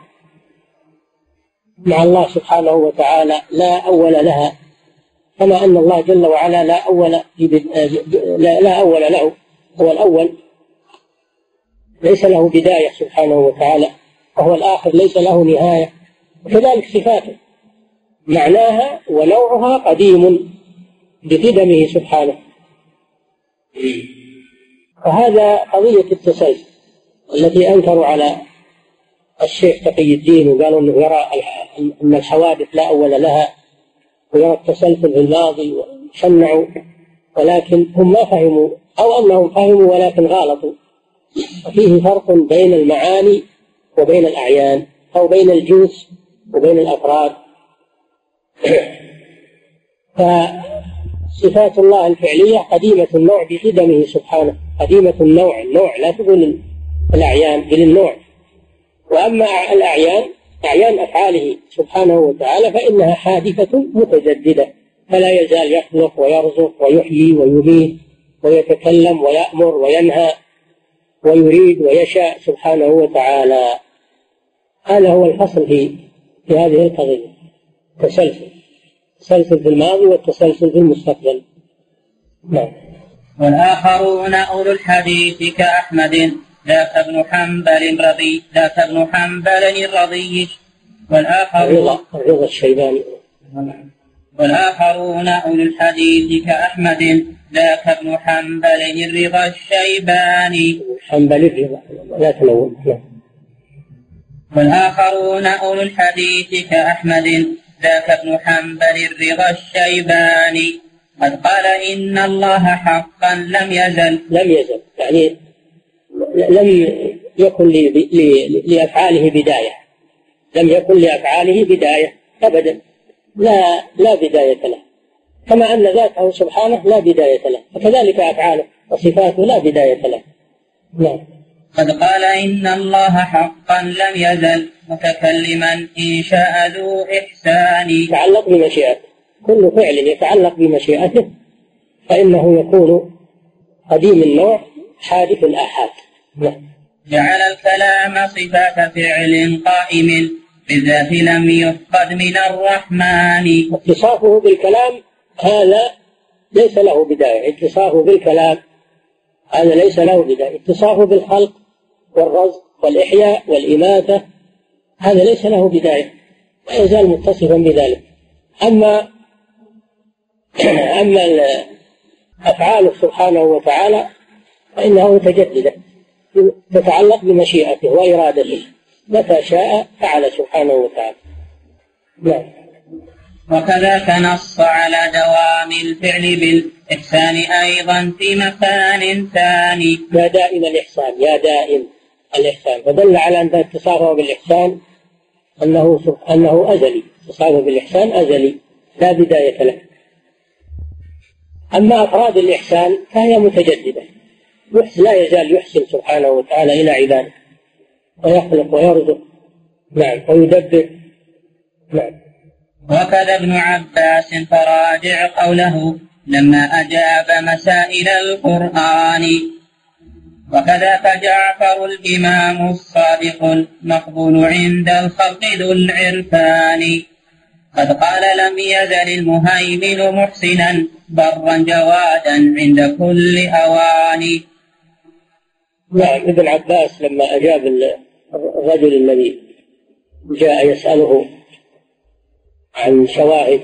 [SPEAKER 1] مع الله سبحانه وتعالى لا أول لها، كما أن الله جل وعلا لا أول لا أول له، هو الأول ليس له بداية سبحانه وتعالى، وهو الآخر ليس له نهاية. وكذلك صفاته معناها ونوعها قديم بقدمه سبحانه. فهذا قضية التسلسل التي أنكروا على الشيخ تقي الدين وقالوا أنه يرى أن الحوادث لا أول لها ويرى التسلسل في الماضي وشنعوا، ولكن هم ما فهموا أو أنهم فهموا ولكن غالطوا. وفيه فرق بين المعاني وبين الأعيان، أو بين الجنس وبين الأفراد. فصفات الله الفعلية قديمة النوع بقدمه سبحانه، قديمة النوع، النوع لا تقول الأعيان بل النوع. وأما الأعيان أعيان أفعاله سبحانه وتعالى فإنها حادثة متجددة، فلا يزال يخلق ويرزق ويحيي ويميت ويتكلم ويأمر وينهى ويريد ويشاء سبحانه وتعالى. هذا هو الفصل في في هذه القضية، تسلسل تسلسل في الماضي والتسلسل في المستقبل. نعم.
[SPEAKER 3] والآخرون أولو الحديث كأحمد ذاك ابن حنبل رضي ذاك ابن حنبل الرضي والآخرون
[SPEAKER 1] الرضا الشيباني
[SPEAKER 3] والآخرون أولو الحديث كأحمد ذاك ابن حنبل الرضا الشيباني
[SPEAKER 1] حنبل الرضا لا تلون.
[SPEAKER 3] والآخرون أولو الحديث كأحمد ذاك ابن حنبل الرضا الشيباني قد قال إن الله حقا لم يزل
[SPEAKER 1] لم يزل يعني لم يكن لأفعاله بداية، لم يكن لأفعاله بداية أبدا، لا لا بداية له، كما أن ذاته سبحانه لا بداية له، وكذلك أفعاله وصفاته لا بداية له. نعم.
[SPEAKER 3] قد قال إن الله حقا لم يزل متكلما إن شاء ذو إحسان.
[SPEAKER 1] يتعلق بمشيئته، كل فعل يتعلق بمشيئته فإنه يكون قديم النوع حادث الآحاد.
[SPEAKER 3] جعل الكلام صفات فعل قائم بالذات لم يفقد من الرحمن.
[SPEAKER 1] اتصافه بالكلام هذا ليس له بداية، اتصافه بالكلام هذا ليس له بداية، اتصافه بالخلق والرزق والإحياء والإماتة هذا ليس له بداية، لا يزال متصفا بذلك. أما أما أفعاله سبحانه وتعالى فإنها متجددة تتعلق بمشيئته وإرادته، متى شاء فعل سبحانه وتعالى. نعم.
[SPEAKER 3] وكذاك نص على دوام الفعل بالإحسان أيضا في مكان ثاني.
[SPEAKER 1] يا دائم الإحسان، يا دائم الإحسان، فدل على أن اتصافه بالإحسان أنه أنه أزلي، اتصافه بالإحسان أزلي لا بداية له. أما أفراد الإحسان فهي متجددة، لا يزال يحسن سبحانه وتعالى إلى عباده ويخلق ويرزق. نعم. ويدبر. نعم.
[SPEAKER 3] وكذا ابن عباس فراجع قوله لما أجاب مسائل القرآن. وكذاك جعفر الإمام الصادق المقبول عند الخلق ذو العرفان قد قال لم يزل المهيمن محسنا برا جوادا عند كل أوان.
[SPEAKER 1] نعم. ابن عباس لما أجاب الرجل الذي جاء يسأله عن شواهد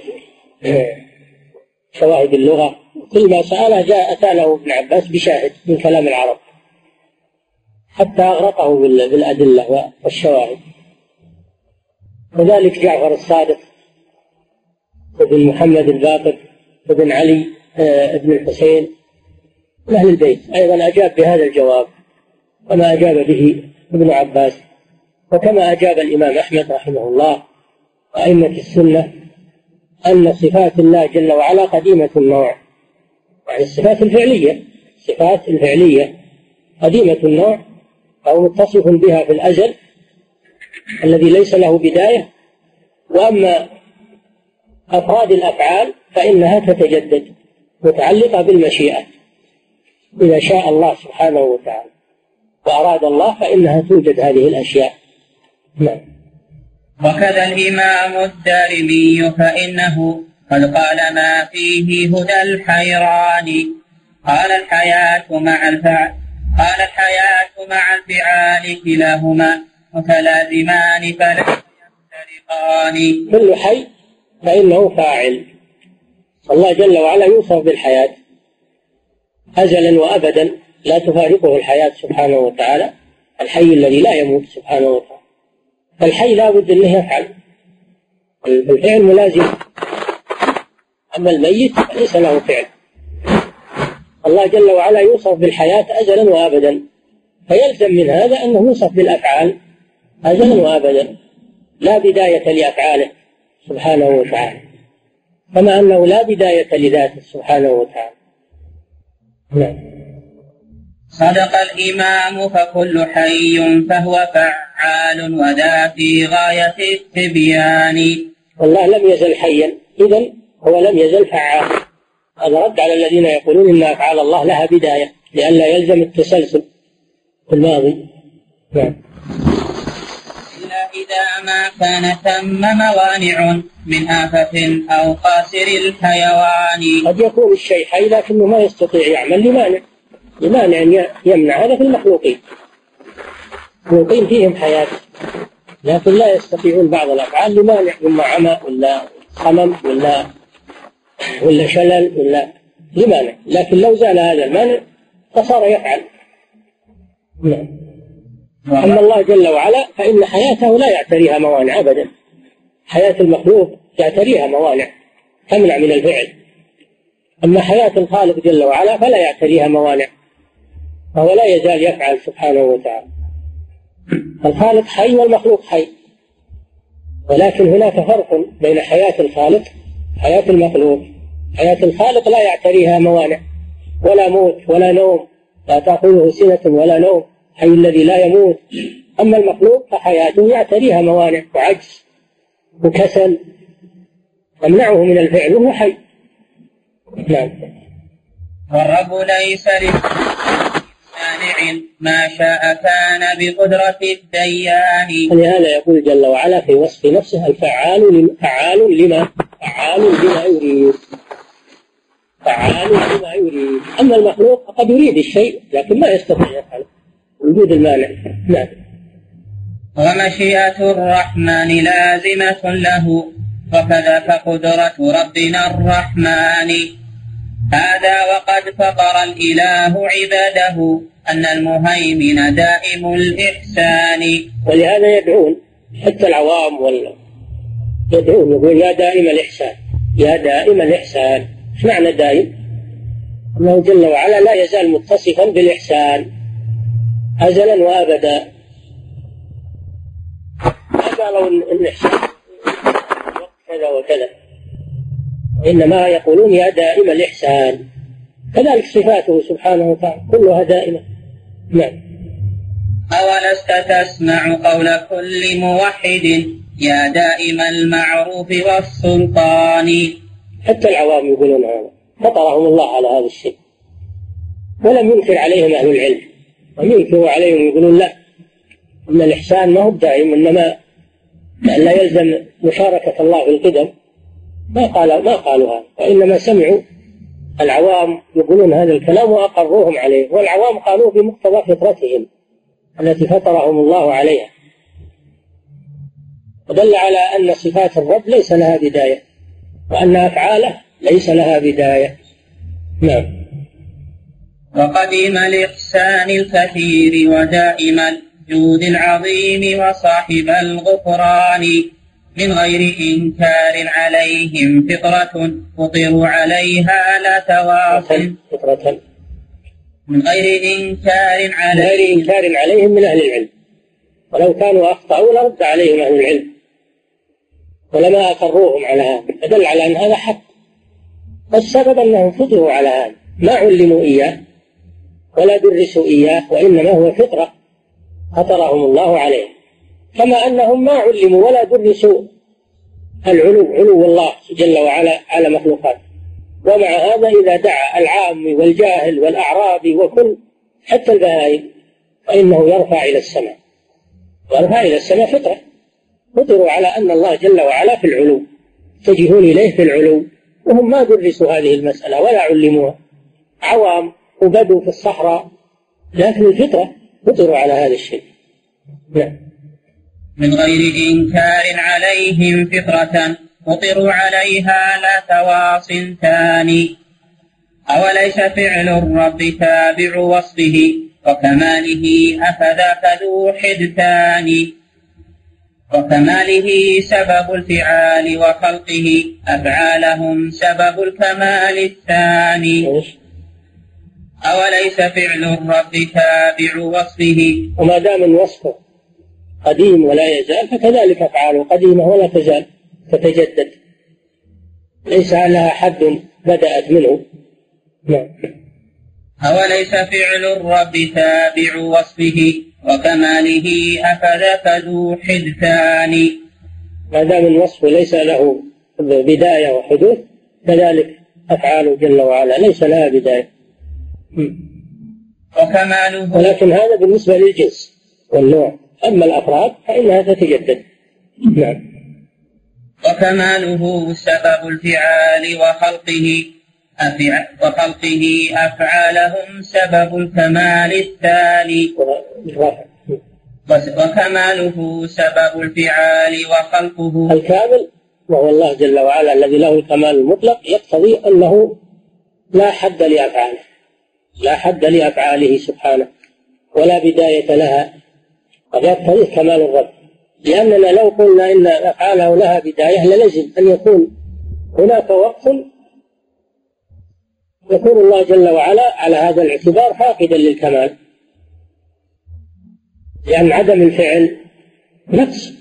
[SPEAKER 1] شواهد اللغة، كل ما سأله جاء أتى له ابن عباس بشاهد من كلام العرب حتى أغرقه بالأدلة والشواهد. وذلك جعفر الصادق ابن محمد الباقر ابن علي ابن الحسين من أهل البيت أيضا أجاب بهذا الجواب وما أجاب به ابن عباس، وكما أجاب الإمام أحمد رحمه الله وأئمة السنة أن صفات الله جل وعلا قديمة النوع، يعني الصفات الفعلية الصفات الفعلية قديمة النوع أو متصف بها في الأزل الذي ليس له بداية. وأما أفراد الأفعال فإنها تتجدد متعلقة بالمشيئة، إذا شاء الله سبحانه وتعالى وأراد الله فإنها توجد هذه الأشياء. نعم.
[SPEAKER 3] وكذا الإمام الدارمي فإنه قد قال ما فيه هدى الحيران. قال الحياة مع الفعل قال الحياة مع الفعال كلاهما متلازمان فلا يفترقان.
[SPEAKER 1] كل حي فإنه فاعل، الله جل وعلا يوصف بالحياة أزلا وأبدا لا تفارقه الحياة سبحانه وتعالى، الحي الذي لا يموت سبحانه وتعالى. فالحي لا بد أنه يفعل، الفعل ملازم، أما الميت ليس له فعل. الله جل وعلا يوصف بالحياة أزلا وأبدا، فيلزم من هذا أنه يوصف بالأفعال أزلا وأبدا، لا بداية لأفعاله سبحانه وتعالى، كما أنه لا بداية لذاته سبحانه وتعالى. نعم.
[SPEAKER 3] صدق الإمام فكل حي فهو فعال وذا في غاية التبيان.
[SPEAKER 1] والله لم يزل حيا، إذن هو لم يزل فعال. هذا رد على الذين يقولون إن أفعال الله لها بداية لئلا يلزم التسلسل في الماضي. نعم.
[SPEAKER 3] إلا إذا ما كان ثم موانع من آفة أو قاسر الحيوان.
[SPEAKER 1] قد يكون الشيء حي لكنه ما يستطيع يعمل لمانع، لمانع أن يمنع، هذا في المخلوقين، المخلوقين فيهم حياة لكن لا يستطيعون بعض الأفعال لمانع، إما عمى ولا صمم ولا ولا شلل ولا لمانع، لكن لو زال هذا المانع فصار يفعل. نعم. أما الله جل وعلا فإن حياته لا يعتريها موانع أبدا، حياة المخلوق يعتريها موانع تمنع من الفعل، أما حياة الخالق جل وعلا فلا يعتريها موانع، فهو لا يزال يفعل سبحانه وتعالى. الخالق حي والمخلوق حي، ولكن هناك فرق بين حياة الخالق وحياة المخلوق. حياة الخالق لا يعتريها موانع ولا موت ولا نوم، لا تأخذه سنة ولا نوم، حي الذي لا يموت. أما المخلوق فحياته يعتريها موانع وعجز وكسل تمنعه من الفعل وهو حي. نعم.
[SPEAKER 3] والرب ليس لمانع ما شاء كان بقدرة الديان.
[SPEAKER 1] ولهذا يقول جل وعلا في وصف نفسه الفعال لما فعال لما فعال لما يريد، فعال لما يريد. أما المخلوق قد يريد الشيء لكن ما يستطيع يفعله وجود المانع. نعم.
[SPEAKER 3] ومشيئة الرحمن لازمة له وكذا فقدرة ربنا الرحمن. هذا وقد فطر الإله عباده أن المهيمن دائم الإحسان.
[SPEAKER 1] ولهذا يدعون حتى العوام ولا يدعون يقول يا دائم الإحسان، يا دائم الإحسان. ايش معنى دائم؟ أنه جل وعلا لا يزال متصفا بالإحسان أزلا وأبدا. ما قالوا إن الإحسان كذا وكذا، إنما يقولون يا دائم الإحسان. كذلك صفاته سبحانه وتعالى كلها دائمة. نعم.
[SPEAKER 3] أولست تسمع قول كل موحد يا دائم المعروف والسلطان.
[SPEAKER 1] حتى العوام يقولون هذا، فطرهم الله على هذا الشيء ولم ينكر عليهم أهل العلم، لم ينكروا عليهم يقولون لا إن الإحسان ما هو دائم، إنما لا يلزم مشاركة الله في القدم. ما قالوا ما قالوا هذا، وإنما سمعوا العوام يقولون هذا الكلام وأقروهم عليه، والعوام قالوا بمقتضى فطرتهم التي فطرهم الله عليها، ودل على أن صفات الرب ليس لها بداية وأن أفعاله ليس لها بداية. نعم.
[SPEAKER 3] وقديم الإحسان الكثير ودائم الجود العظيم وصاحب الغفران من غير إنكار عليهم فطرة فطروا عليها لا تواصل.
[SPEAKER 1] فطرة
[SPEAKER 3] من غير إنكار عليهم
[SPEAKER 1] غير إنكار عليهم من أهل العلم، ولو كانوا أخطأوا لرد عليهم أهل العلم ولما أقروهم على هذا، فدل على أن هذا حق. والسبب أنهم فطروا على هذا، ما علموا إياه ولا درسوا إياه، وإنما هو فطرة فطرهم الله عليه، كما أنهم ما علموا ولا درسوا العلو علو الله جل وعلا على مخلوقاته. ومع هذا إذا دعا العام والجاهل والأعرابي وكل حتى البهائم فإنه يرفع إلى السماء، يرفع إلى السماء فطرة، فطروا على أن الله جل وعلا في العلو، يتجهون إليه في العلو، وهم ما درسوا هذه المسألة ولا علموها، عوام وبدوا في الصحراء، لكن الفطرة فطروا على هذا الشيء. نعم.
[SPEAKER 3] من غير إنكار عليهم فطرة فطروا عليها لا تواص ثاني. أوليس فعل الرب تابع وصفه وكماله أفذاك ذو حدثان. وكماله سبب الفعال وخلقه أفعالهم سبب الكمال الثاني. أوليس فعل الرب تابع وصفه.
[SPEAKER 1] وما دام وصفه قديم ولا يزال فكذلك أفعاله قديمة ولا تزال تتجدد، ليس لها حد بدأت منه. نعم.
[SPEAKER 3] أوليس فعل الرب تابع وصفه وكماله أفذاك ذو حدثان.
[SPEAKER 1] ما دام الوصف ليس له بداية وحدوث كذلك أفعاله جل وعلا ليس لها بداية
[SPEAKER 3] وكماله،
[SPEAKER 1] ولكن هذا بالنسبة للجنس والنوع، أما الأفراد فإنها تتجدد. نعم.
[SPEAKER 3] وكماله سبب الفعال وخلقه وخلقه أفعالهم سبب الكمال التالي. وكماله سبب الفعال وخلقه
[SPEAKER 1] الكامل وهو الله جل وعلا الذي له الكمال المطلق، يقتضي أنه لا حد لأفعاله، لا حد لأفعاله سبحانه ولا بداية لها، قد يقتضي كمال الرب. لأننا لو قلنا إن أفعاله لها بداية للزم أن يكون هناك وقت يكون الله جل وعلا على هذا الاعتبار فاقدا للكمال، لأن عدم الفعل نقص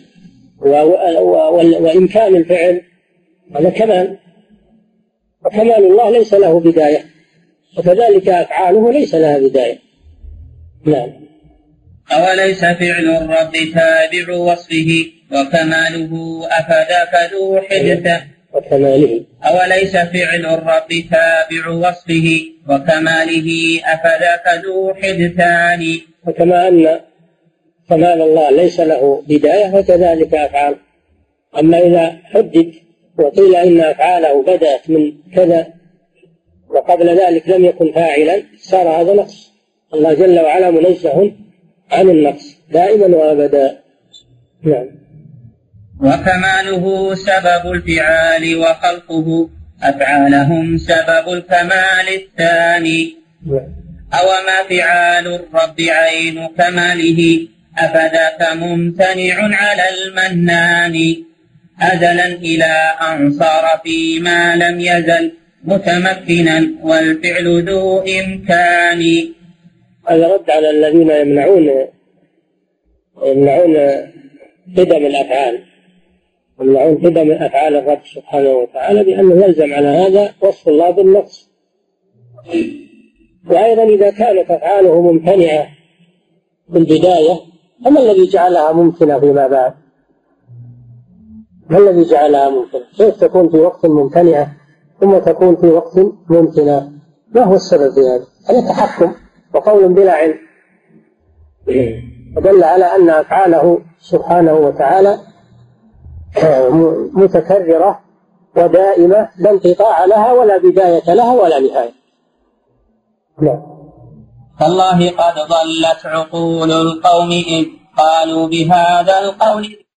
[SPEAKER 1] وإمكان الفعل هذا كمال، وكمال الله ليس له بداية، وكذلك أفعاله ليس لها بداية. نعم.
[SPEAKER 3] أوليس فعل الرب تابع وصفه وكماله أفذاك ذو حدث
[SPEAKER 1] وكماله.
[SPEAKER 3] أوليس فعل الرب تابع وصفه وكماله أفذاك ذو حدثان.
[SPEAKER 1] وكما أن كمال الله ليس له بداية وكذلك أفعال. أما إذا حدد وقيل إن أفعاله بدأت من كذا وقبل ذلك لم يكن فاعلا صار هذا نقص. الله جل وعلا منزه عن النقص دائما وأبدا. نعم.
[SPEAKER 3] وكماله سبب الفعال وخلقه أفعالهم سبب الكمال الثاني. أوما فعال الرب عين كماله أفذاك ممتنع على المنان أزلا إلى أن صار فيما لم يزل متمكنا والفعل ذو إمكان.
[SPEAKER 1] هذا رد على الذين يمنعون يمنعون قدم الأفعال يمنعون قدم أفعال الرب سبحانه وتعالى بأنه يلزم على هذا وصف الله بالنقص. وأيضا إذا كانت أفعاله ممتنعة بالبداية فما الذي جعلها ممكنة فيما بعد؟ ما الذي جعلها ممكنة؟ كيف تكون في وقت ممتنعة ثم تكون في وقت ممكنة؟ ما هو السبب في هذا؟ هذا تحكم وقول بلا علم، ودل على أن أفعاله سبحانه وتعالى متكررة ودائمة لا انقطاع لها ولا بداية لها ولا نهاية. لا.
[SPEAKER 3] فالله قد ضلت عقول القوم إذ قالوا بهذا القول